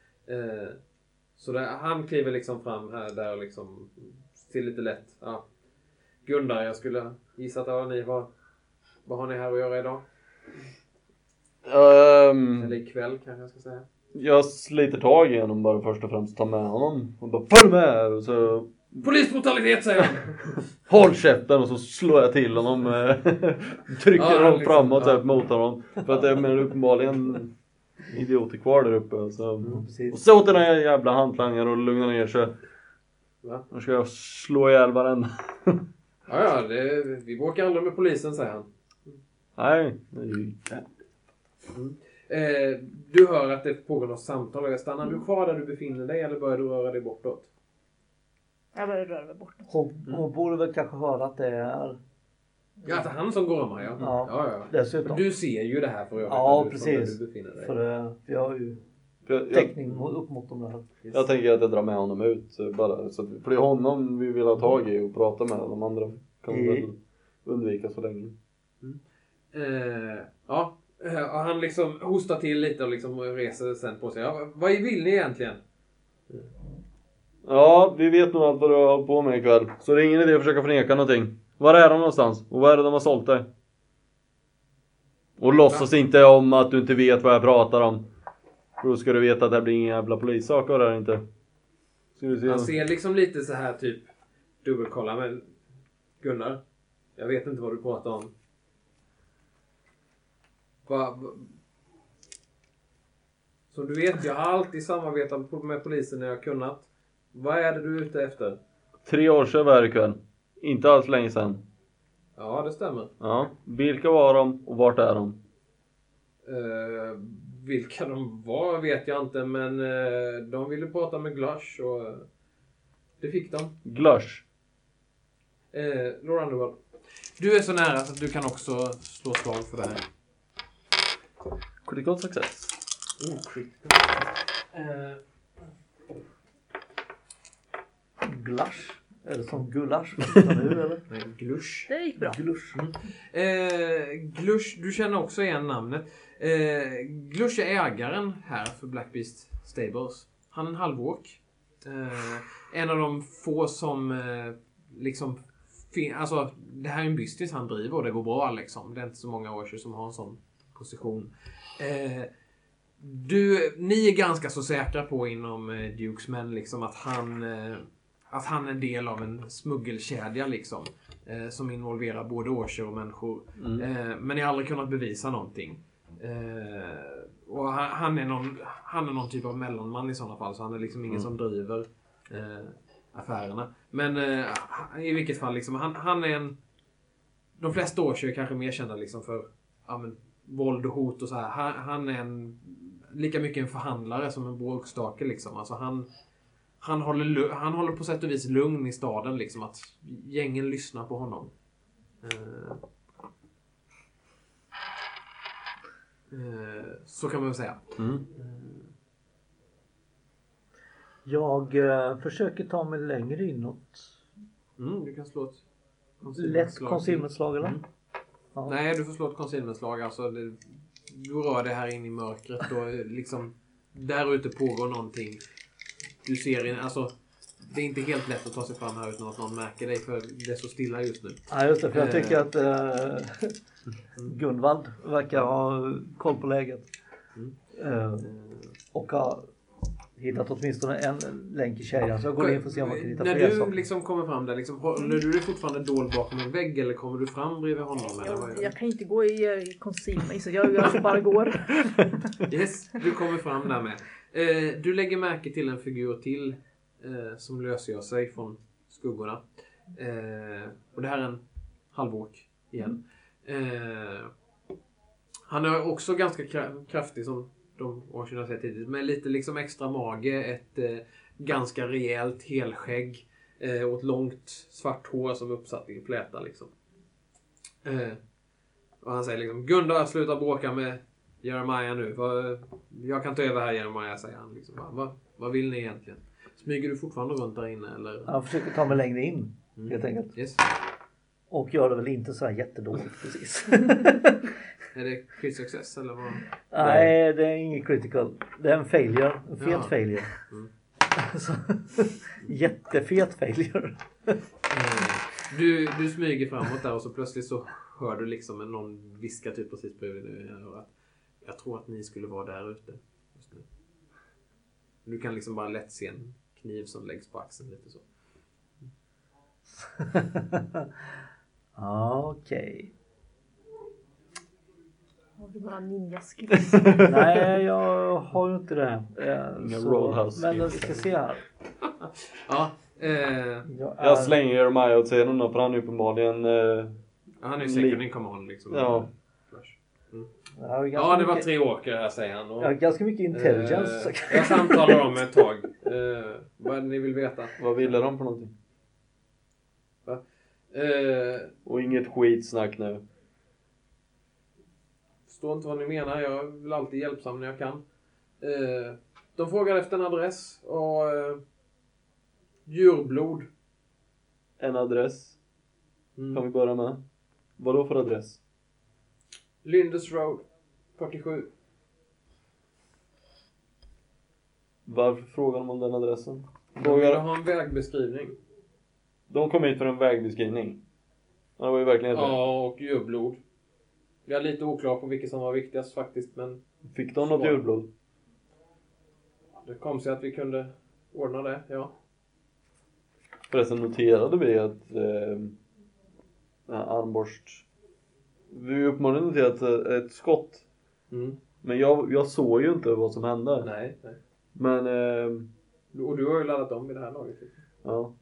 Så han kliver liksom fram här där och liksom till lite lätt. Ja. Gundar, jag skulle gissa att det var ni. Vad har ni här att göra idag? Eller ikväll kanske jag ska säga. Jag sliter tag i honom bara först och främst, ta med honom och bara följ med och så... Polisbrutalitet säger han! Håll käften och så slår jag till honom. Trycker honom liksom, framåt så mot honom. För att det är uppenbarligen idioter kvar där uppe. Så. Och så åt den här jävla hantlangaren och lugna ner sig. Va? Nu ska jag slå ihjäl varenda. Ja, vi bråkar aldrig med polisen, säger han. Nej, det är ju... Du hör att det pågår något samtal. Stannar du kvar där du befinner dig eller börjar du röra dig bortåt? Jag börjar röra mig bortåt. Hon borde väl kanske höra att det är... Ja, att han som gormar, ja. Ja. Dessutom. Du ser ju det här för övrigt. Ja, precis. Du befinner dig. För vi har ju täckning upp mot de där. Jag tänker att jag drar med honom ut bara. Så för det är honom vi vill ha tag i och prata med. De andra kan vi väl undvika så länge. Ja. Och han liksom hostar till lite och liksom reser sen på sig. Ja, vad vill ni egentligen? Ja, vi vet nog allt vad du har hållit på med ikväll. Så det är ingen idé att försöka förneka någonting. Var är de någonstans? Och vad är det de har sålt dig? Och låtsas inte om att du inte vet vad jag pratar om. För då ska du veta att det blir inga jävla polissaker där inte. Han ser liksom lite så här typ dubbelkolla med Gunnar. Jag vet inte vad du pratar om. Som du vet, jag har alltid samarbetat med polisen när jag har kunnat. Vad är det du är ute efter? 3 år sedan var det ikväll. Inte alls länge sedan. Ja, det stämmer. Ja. Vilka var de och vart är de? Vilka de var vet jag inte, men de ville prata med Glush och det fick de. Glush? Laura Underwood. Du är så nära så att du kan också slå slag för det här. Critical success. Critical. Glush? Är det som gulasch? Eller? Nej, Glush. Det gick bra. Glush. Glush, du känner också igen namnet. Glush är ägaren här för Black Beast Stables. Han är en halvåk. En av de få som liksom... Alltså, det här är en business han driver och det går bra liksom. Det är inte så många år sedan som har en sån position. Ni är ganska så säkra på inom Dukes men liksom att han är en del av en smuggelkedja liksom. Som involverar både årsor och människor. Men ni har aldrig kunnat bevisa någonting. Och han är någon typ av mellanman i sådana fall. Så han är liksom ingen som driver affärerna. Men i vilket fall liksom, han är en... De flesta årsor är kanske mer kända liksom för våld och hot och så här. Han är lika mycket en förhandlare som en bråkstake liksom. Alltså han håller på sätt och vis lugn i staden liksom, att gängen lyssnar på honom. Så kan man väl säga. Jag försöker ta mig längre inåt. Du kan slå ett lätt concealment-slag eller? Ja. Nej, du får slå ett concealment-slag. Alltså, du rör dig här in i mörkret och liksom där ute pågår någonting. Du ser alltså det är inte helt lätt att ta sig fram här utan att någon märker dig för det är så stilla just nu. Ja, just det, för jag tycker att Gunvald verkar ha koll på läget. Och har hittat åtminstone en länk i kedjan, så jag går in för att se om man kan hitta fler saker. saker. När du liksom kommer fram där, liksom, håller du dig fortfarande dold bakom en vägg eller kommer du fram bredvid honom? Jag kan inte gå i concealment så jag bara går. Yes, du kommer fram där med. Du lägger märke till en figur till som lösgör sig från skuggorna. Och det här är en halvåk igen. Han är också ganska kraftig som de år sedan jag sett tidigt. Med lite liksom extra mage, ett ganska rejält helskägg och ett långt svart hår som är uppsatt i en fläta liksom. Och han säger liksom, Gundar, sluta bråka med Jeremiah nu. Jag kan ta över här Jeremiah, säger han. Liksom. Vad vill ni egentligen? Smyger du fortfarande runt där inne? Eller? Jag försöker ta mig längre in, helt enkelt. Yes. Och gör det väl inte så här jättedåligt precis. Är det crit success eller vad? Nej, det är ingen critical. Det är en failure. En fet failure. Jättefet failure. Du smyger framåt där och så plötsligt så hör du liksom någon viska typ precis bredvid dig. Jag tror att ni skulle vara där ute just nu. Du kan liksom bara lätt se en kniv som läggs på axeln lite så. Okej. Har du bara ninja-skills? Nej, jag har ju inte det. Men vi ska se här. Ja. Jag slänger Jeremiah åt sidan för han är uppenbarligen... han är ju second in command liksom. Ja. Ja, det var 3 åker här, säger han. Och, jag har ganska mycket intelligence. Jag samtalar om ett tag. Vad är det ni vill veta? Vad ville de för någonting? Va? Och inget skitsnack nu. Förstår inte vad ni menar. Jag vill alltid hjälpsam när jag kan. De frågar efter en adress och djurblod. En adress. Kan vi börja med? Vad då för adress? Linders Road 47. Varför frågar de om den adressen? De vill ha en vägbeskrivning. De kom hit för en vägbeskrivning. Ja, det var ju verkligen ja, och djurblod. Jag är lite oklar på vilket som var viktigast faktiskt, men... Fick de något djurblod? Det kom sig att vi kunde ordna det, ja. Förresten noterade vi att armborst... Vi uppenbarligen noterat ett skott. Men jag såg ju inte vad som hände. Nej. Men... Och du har ju laddat om vid det här laget. Ja.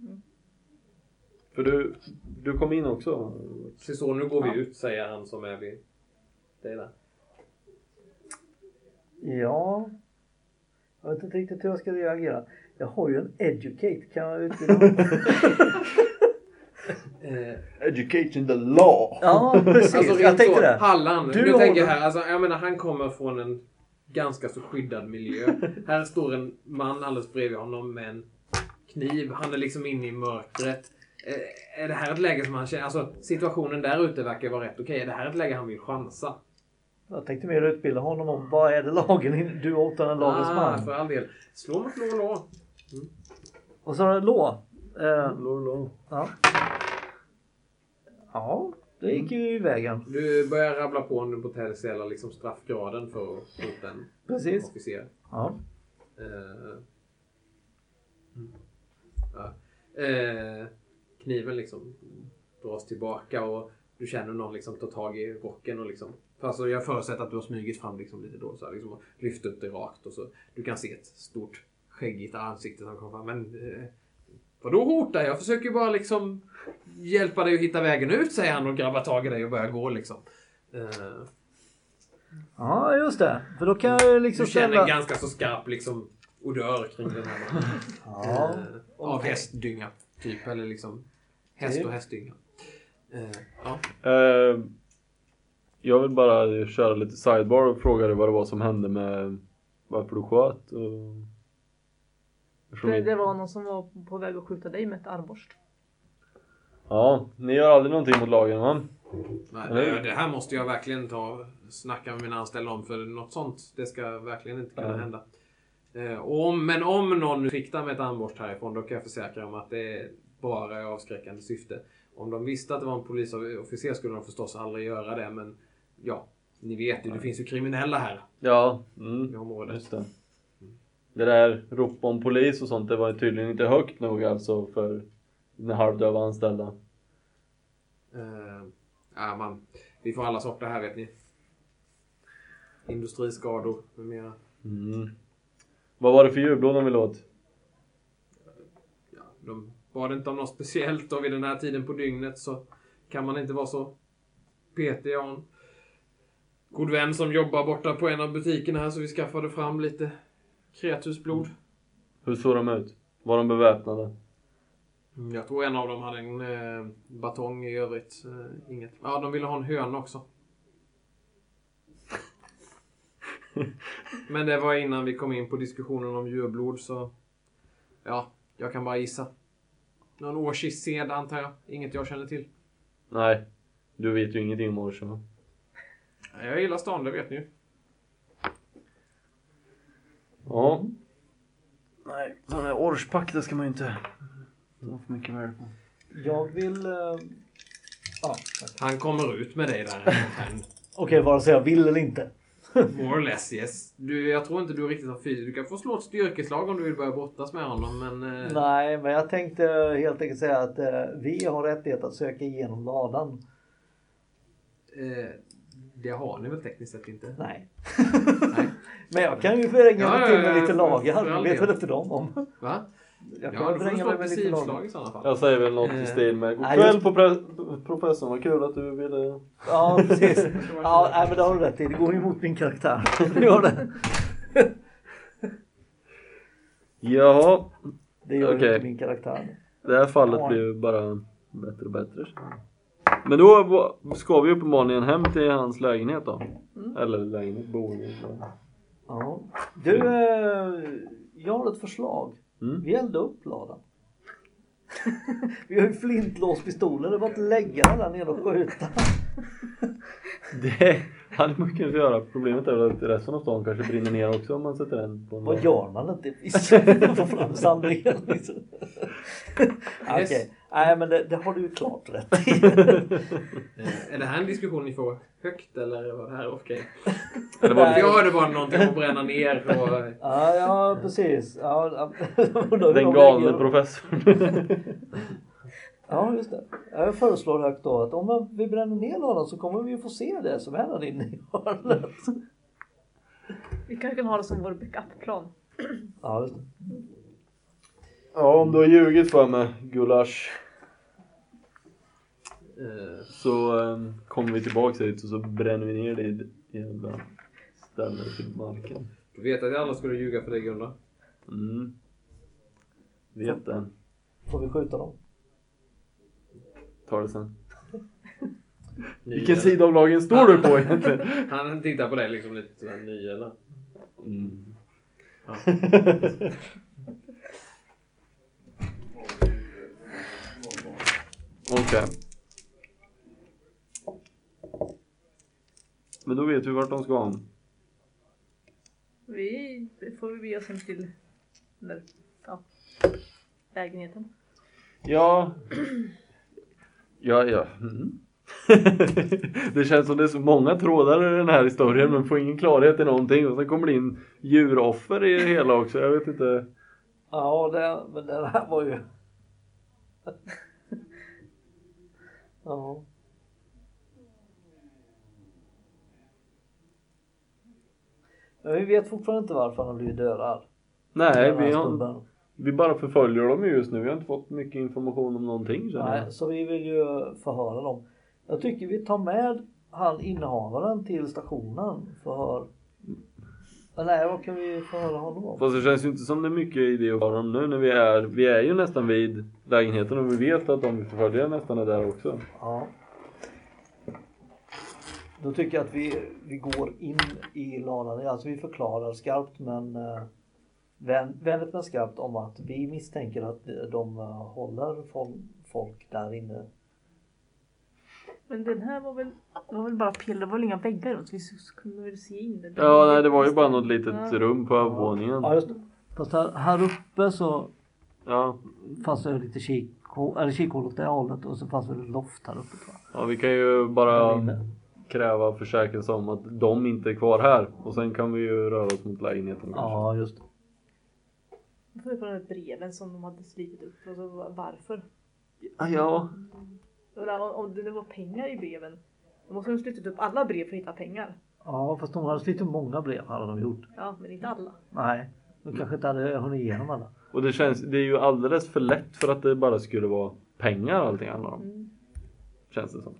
För du kom in också. Så nu går vi ut, säger han som är vid dig där. Ja. Jag vet inte riktigt hur jag ska reagera. Jag har ju en educate. Kan jag utbilda? Education the law. Ja, precis. Alltså, jag tänkte det. Halland. Du tänker här, alltså, jag menar, han kommer från en ganska så skyddad miljö. Här står en man alldeles bredvid honom med en kniv. Han är liksom inne i mörkret. Är det här ett läge som han känner... Alltså, situationen där ute verkar vara rätt okej. Är det här ett läge han vill chansa? Jag tänkte mer utbilda honom om vad är det lagen du åt den lagens man. För all del. Slå mot lå. Och så är det lå. Lå. Ja. Ja, det gick ju i vägen. Du börjar rabbla på nu på potentiella liksom straffgraden för att få upp en precis. Officer. Ja. Kniven liksom dras tillbaka och du känner någon liksom ta tag i rocken och liksom... Alltså jag förutsätter att du har smugit fram liksom lite då så här, liksom, och lyft upp det rakt och så du kan se ett stort skäggigt ansikte som kommer fram. Men vadå hotar? Jag försöker bara liksom hjälpa dig att hitta vägen ut, säger han och grabbar tag i dig och börjar gå liksom. Ja, just det. För då kan jag liksom du känner ganska så skarp liksom odör kring den här. Av hästdynga typ, eller liksom häst och hästdynga. Jag vill bara köra lite sidebar och fråga dig vad det var som hände med varför du sköt. För det var någon som var på väg att skjuta dig med ett armborst. Ja, ni gör aldrig någonting mot lagen, va? Nej, det här måste jag verkligen snacka med mina anställda om, för något sånt, det ska verkligen inte kunna hända. Men om någon fiktar med ett armborst härifrån, då kan jag försäkra om att det är bara i avskräckande syfte. Om de visste att det var en polisofficer skulle de förstås aldrig göra det, men ja, ni vet ju, det finns ju kriminella här. Ja, i området. Just det. Det där rop om polis och sånt, det var tydligen inte högt nog alltså för den halvdöva anställda. Vi får alla sorter här, vet ni. Industriskador med mera. Vad var det för djurblod de ville åt? Ja, de var det inte om något speciellt, och vid den här tiden på dygnet så kan man inte vara så petig. Jag har en god vän som jobbar borta på en av butikerna här, så vi skaffade fram lite kreatusblod. Hur såg de ut? Var de beväpnade? Jag tror en av dem hade en batong, i övrigt inget. Ja, de ville ha en hön också. Men det var innan vi kom in på diskussionen om djurblod, så ja, jag kan bara gissa. Någon årskissed antar jag. Inget jag känner till. Nej, du vet ju ingenting om års. Jag gillar stan, det vet ni ju. Ja. Nej, sån här årspack, det ska man ju inte ha för mycket värde på. Jag vill... Han kommer ut med dig där. Okej, vare sig jag vill eller inte. More or less, yes. Jag tror inte du riktigt har fysiskt. Du kan få slå ett styrkeslag om du vill börja brottas med honom, men... Nej, men jag tänkte helt enkelt säga att vi har rättighet att söka igenom ladan. Det har ni väl tekniskt sett inte? Nej. Men jag kan ju föränga till med lite lagar. Du vet väl efter dem om. Va? Jag Ja, kan då får du vränga slå mig med lite slag lag. i sådana fall. Jag säger väl något i stil med god Nej, kväll på professorn, vad kul att du ville... Ja, precis. Ja, nej, men det har du rätt i. Det går ju emot min karaktär. Det gör det. Ja, Det gör Okej. inte min karaktär. det här fallet blir ju bara bättre och bättre. Men då ska vi uppenbarligen hem till hans lägenhet då. Eller lägenhet, boende. Ja. Du, jag har ett förslag. Vi eldar upp ladan. Vi har ju flintlåspistoler. Det var att lägga den där nere och skjuta. Det hade man kunnat göra. Problemet är väl att resten av stan kanske brinner ner också om man sätter den på en... Vad gör man inte istället för att få fram samlingen? Liksom. Okej. Nej, men det har du ju klart rätt i. Är det här en diskussion ni får högt eller var det här okej? Eller var det... Jag hörde bara någonting om att bränna ner och... Ja, precis. Ja, Den galne professorn. Ja, just det. Jag föreslår högt då att om vi bränner ner ladan så kommer vi ju få se det som är där inne i hörnet. Vi kanske kan ha det som vår backup-plan. Ja, just det. Ja, om du har ljugit för mig, Gulasch. Så kommer vi tillbaka hit och så bränner vi ner det i jävla stället till marken. Du vet att jag aldrig skulle ljuga för dig, Gunnar. Vet det. Får vi skjuta dem? Ta det sen. Vilken sida av lagen står du på egentligen? Han tittar på dig liksom lite sådär ny eller? Ja. Okej. Men då vet vi vart de ska. Vi får vi be oss hem till lägenheten. Ja. Det känns som det är så många trådar i den här historien men får ingen klarhet i någonting. Och så kommer det in djuroffer i det hela också. Jag vet inte. Ja, men det här var ju... Ja. Men vi vet fortfarande inte varför han har blivit dödad. Nej, vi bara förföljer dem just nu. Vi har inte fått mycket information om någonting. Nej, så vi vill ju förhöra dem. Jag tycker vi tar med han innehavaren till stationen. Förhör. Nej, vad kan vi förhöra honom om? Fast det känns ju inte som det är mycket idé att vara nu när vi är ju nästan vid lägenheten och vi vet att de vi förföljer nästan är där också. Ja. Då tycker jag att vi går in i ladan. Alltså vi förklarar skarpt men vänligt men skarpt om att vi misstänker att de håller folk där inne. Men den här var väl bara piller, det var väl inga väggar runt, vi kunde väl se in det. Ja, nej, det var ju bara något litet rum på övervåningen. Ja, just det. Fast här uppe så fanns det lite kikhål åt det hållet och så fanns det ett loft här uppe. Ja, vi kan ju bara kräva försäkelse om att de inte är kvar här och sen kan vi ju röra oss mot lägenheten. Ja, just det. Jag får på de här breven som de hade slitit upp och så varför? Ja. Om det var pengar i breven, då måste de slitit upp alla brev för att hitta pengar. Ja, fast de hade slitit många brev hade de gjort. Ja, men inte alla. Nej, de kanske inte hade hunnit igenom alla. Och det är ju alldeles för lätt för att det bara skulle vara pengar allting handlar om. Känns det som.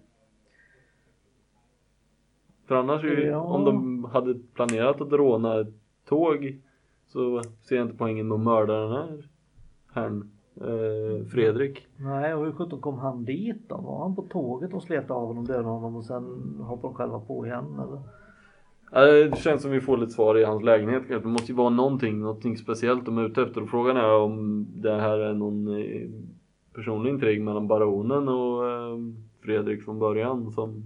För annars om de hade planerat att råna ett tåg så ser jag inte poängen med att mörda den här Fredrik. Nej, och hur sjutton kom han dit då? Var han på tåget och slet av honom, dödade honom och sen hoppade de själva på igen eller? Det känns som vi får lite svar i hans lägenhet. Det måste ju vara någonting speciellt de är ute efter. Och frågan är om det här är någon personlig intrig mellan baronen och Fredrik från början som...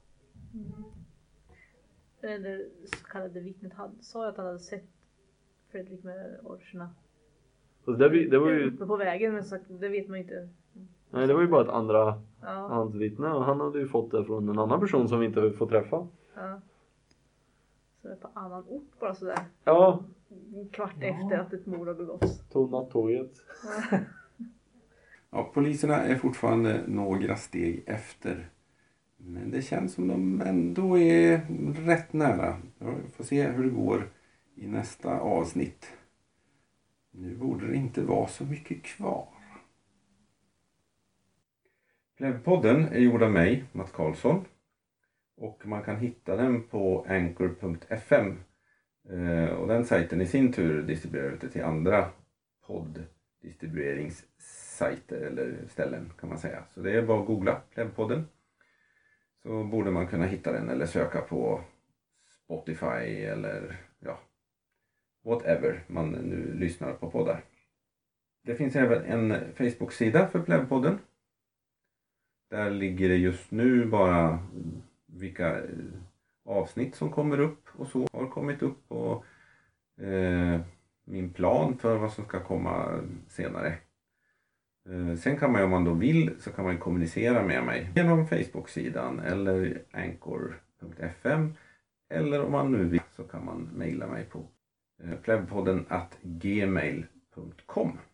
Det så kallade vittnet sa att han hade sett Fredrik med orcherna. Det var ju... på vägen, men det vet man inte. Nej, det var ju bara ett andra hans vittne. Och han hade ju fått det från en annan person som vi inte får träffa. Ja. Så det är på annan ort bara sådär. Ja. En kvart efter att ett mord har begåtts. Tog nattåget. Ja, poliserna är fortfarande några steg efter. Men det känns som de ändå är rätt nära. Vi får se hur det går i nästa avsnitt. Nu borde det inte vara så mycket kvar. Plevpodden är gjord av mig, Mats Karlsson. Och man kan hitta den på anchor.fm. Och den sajten i sin tur distribuerar ut det till andra podddistribueringssajter eller ställen kan man säga. Så det är bara att googla Plevpodden. Så borde man kunna hitta den eller söka på Spotify eller ja, whatever man nu lyssnar på poddar. Det finns även en Facebook-sida för Plevpodden. Där ligger det just nu bara vilka avsnitt som kommer upp och så har kommit upp och min plan för vad som ska komma senare. Sen kan man, om man då vill, så kan man kommunicera med mig genom Facebook-sidan eller anchor.fm, eller om man nu vill så kan man mejla mig på plevpodden@gmail.com.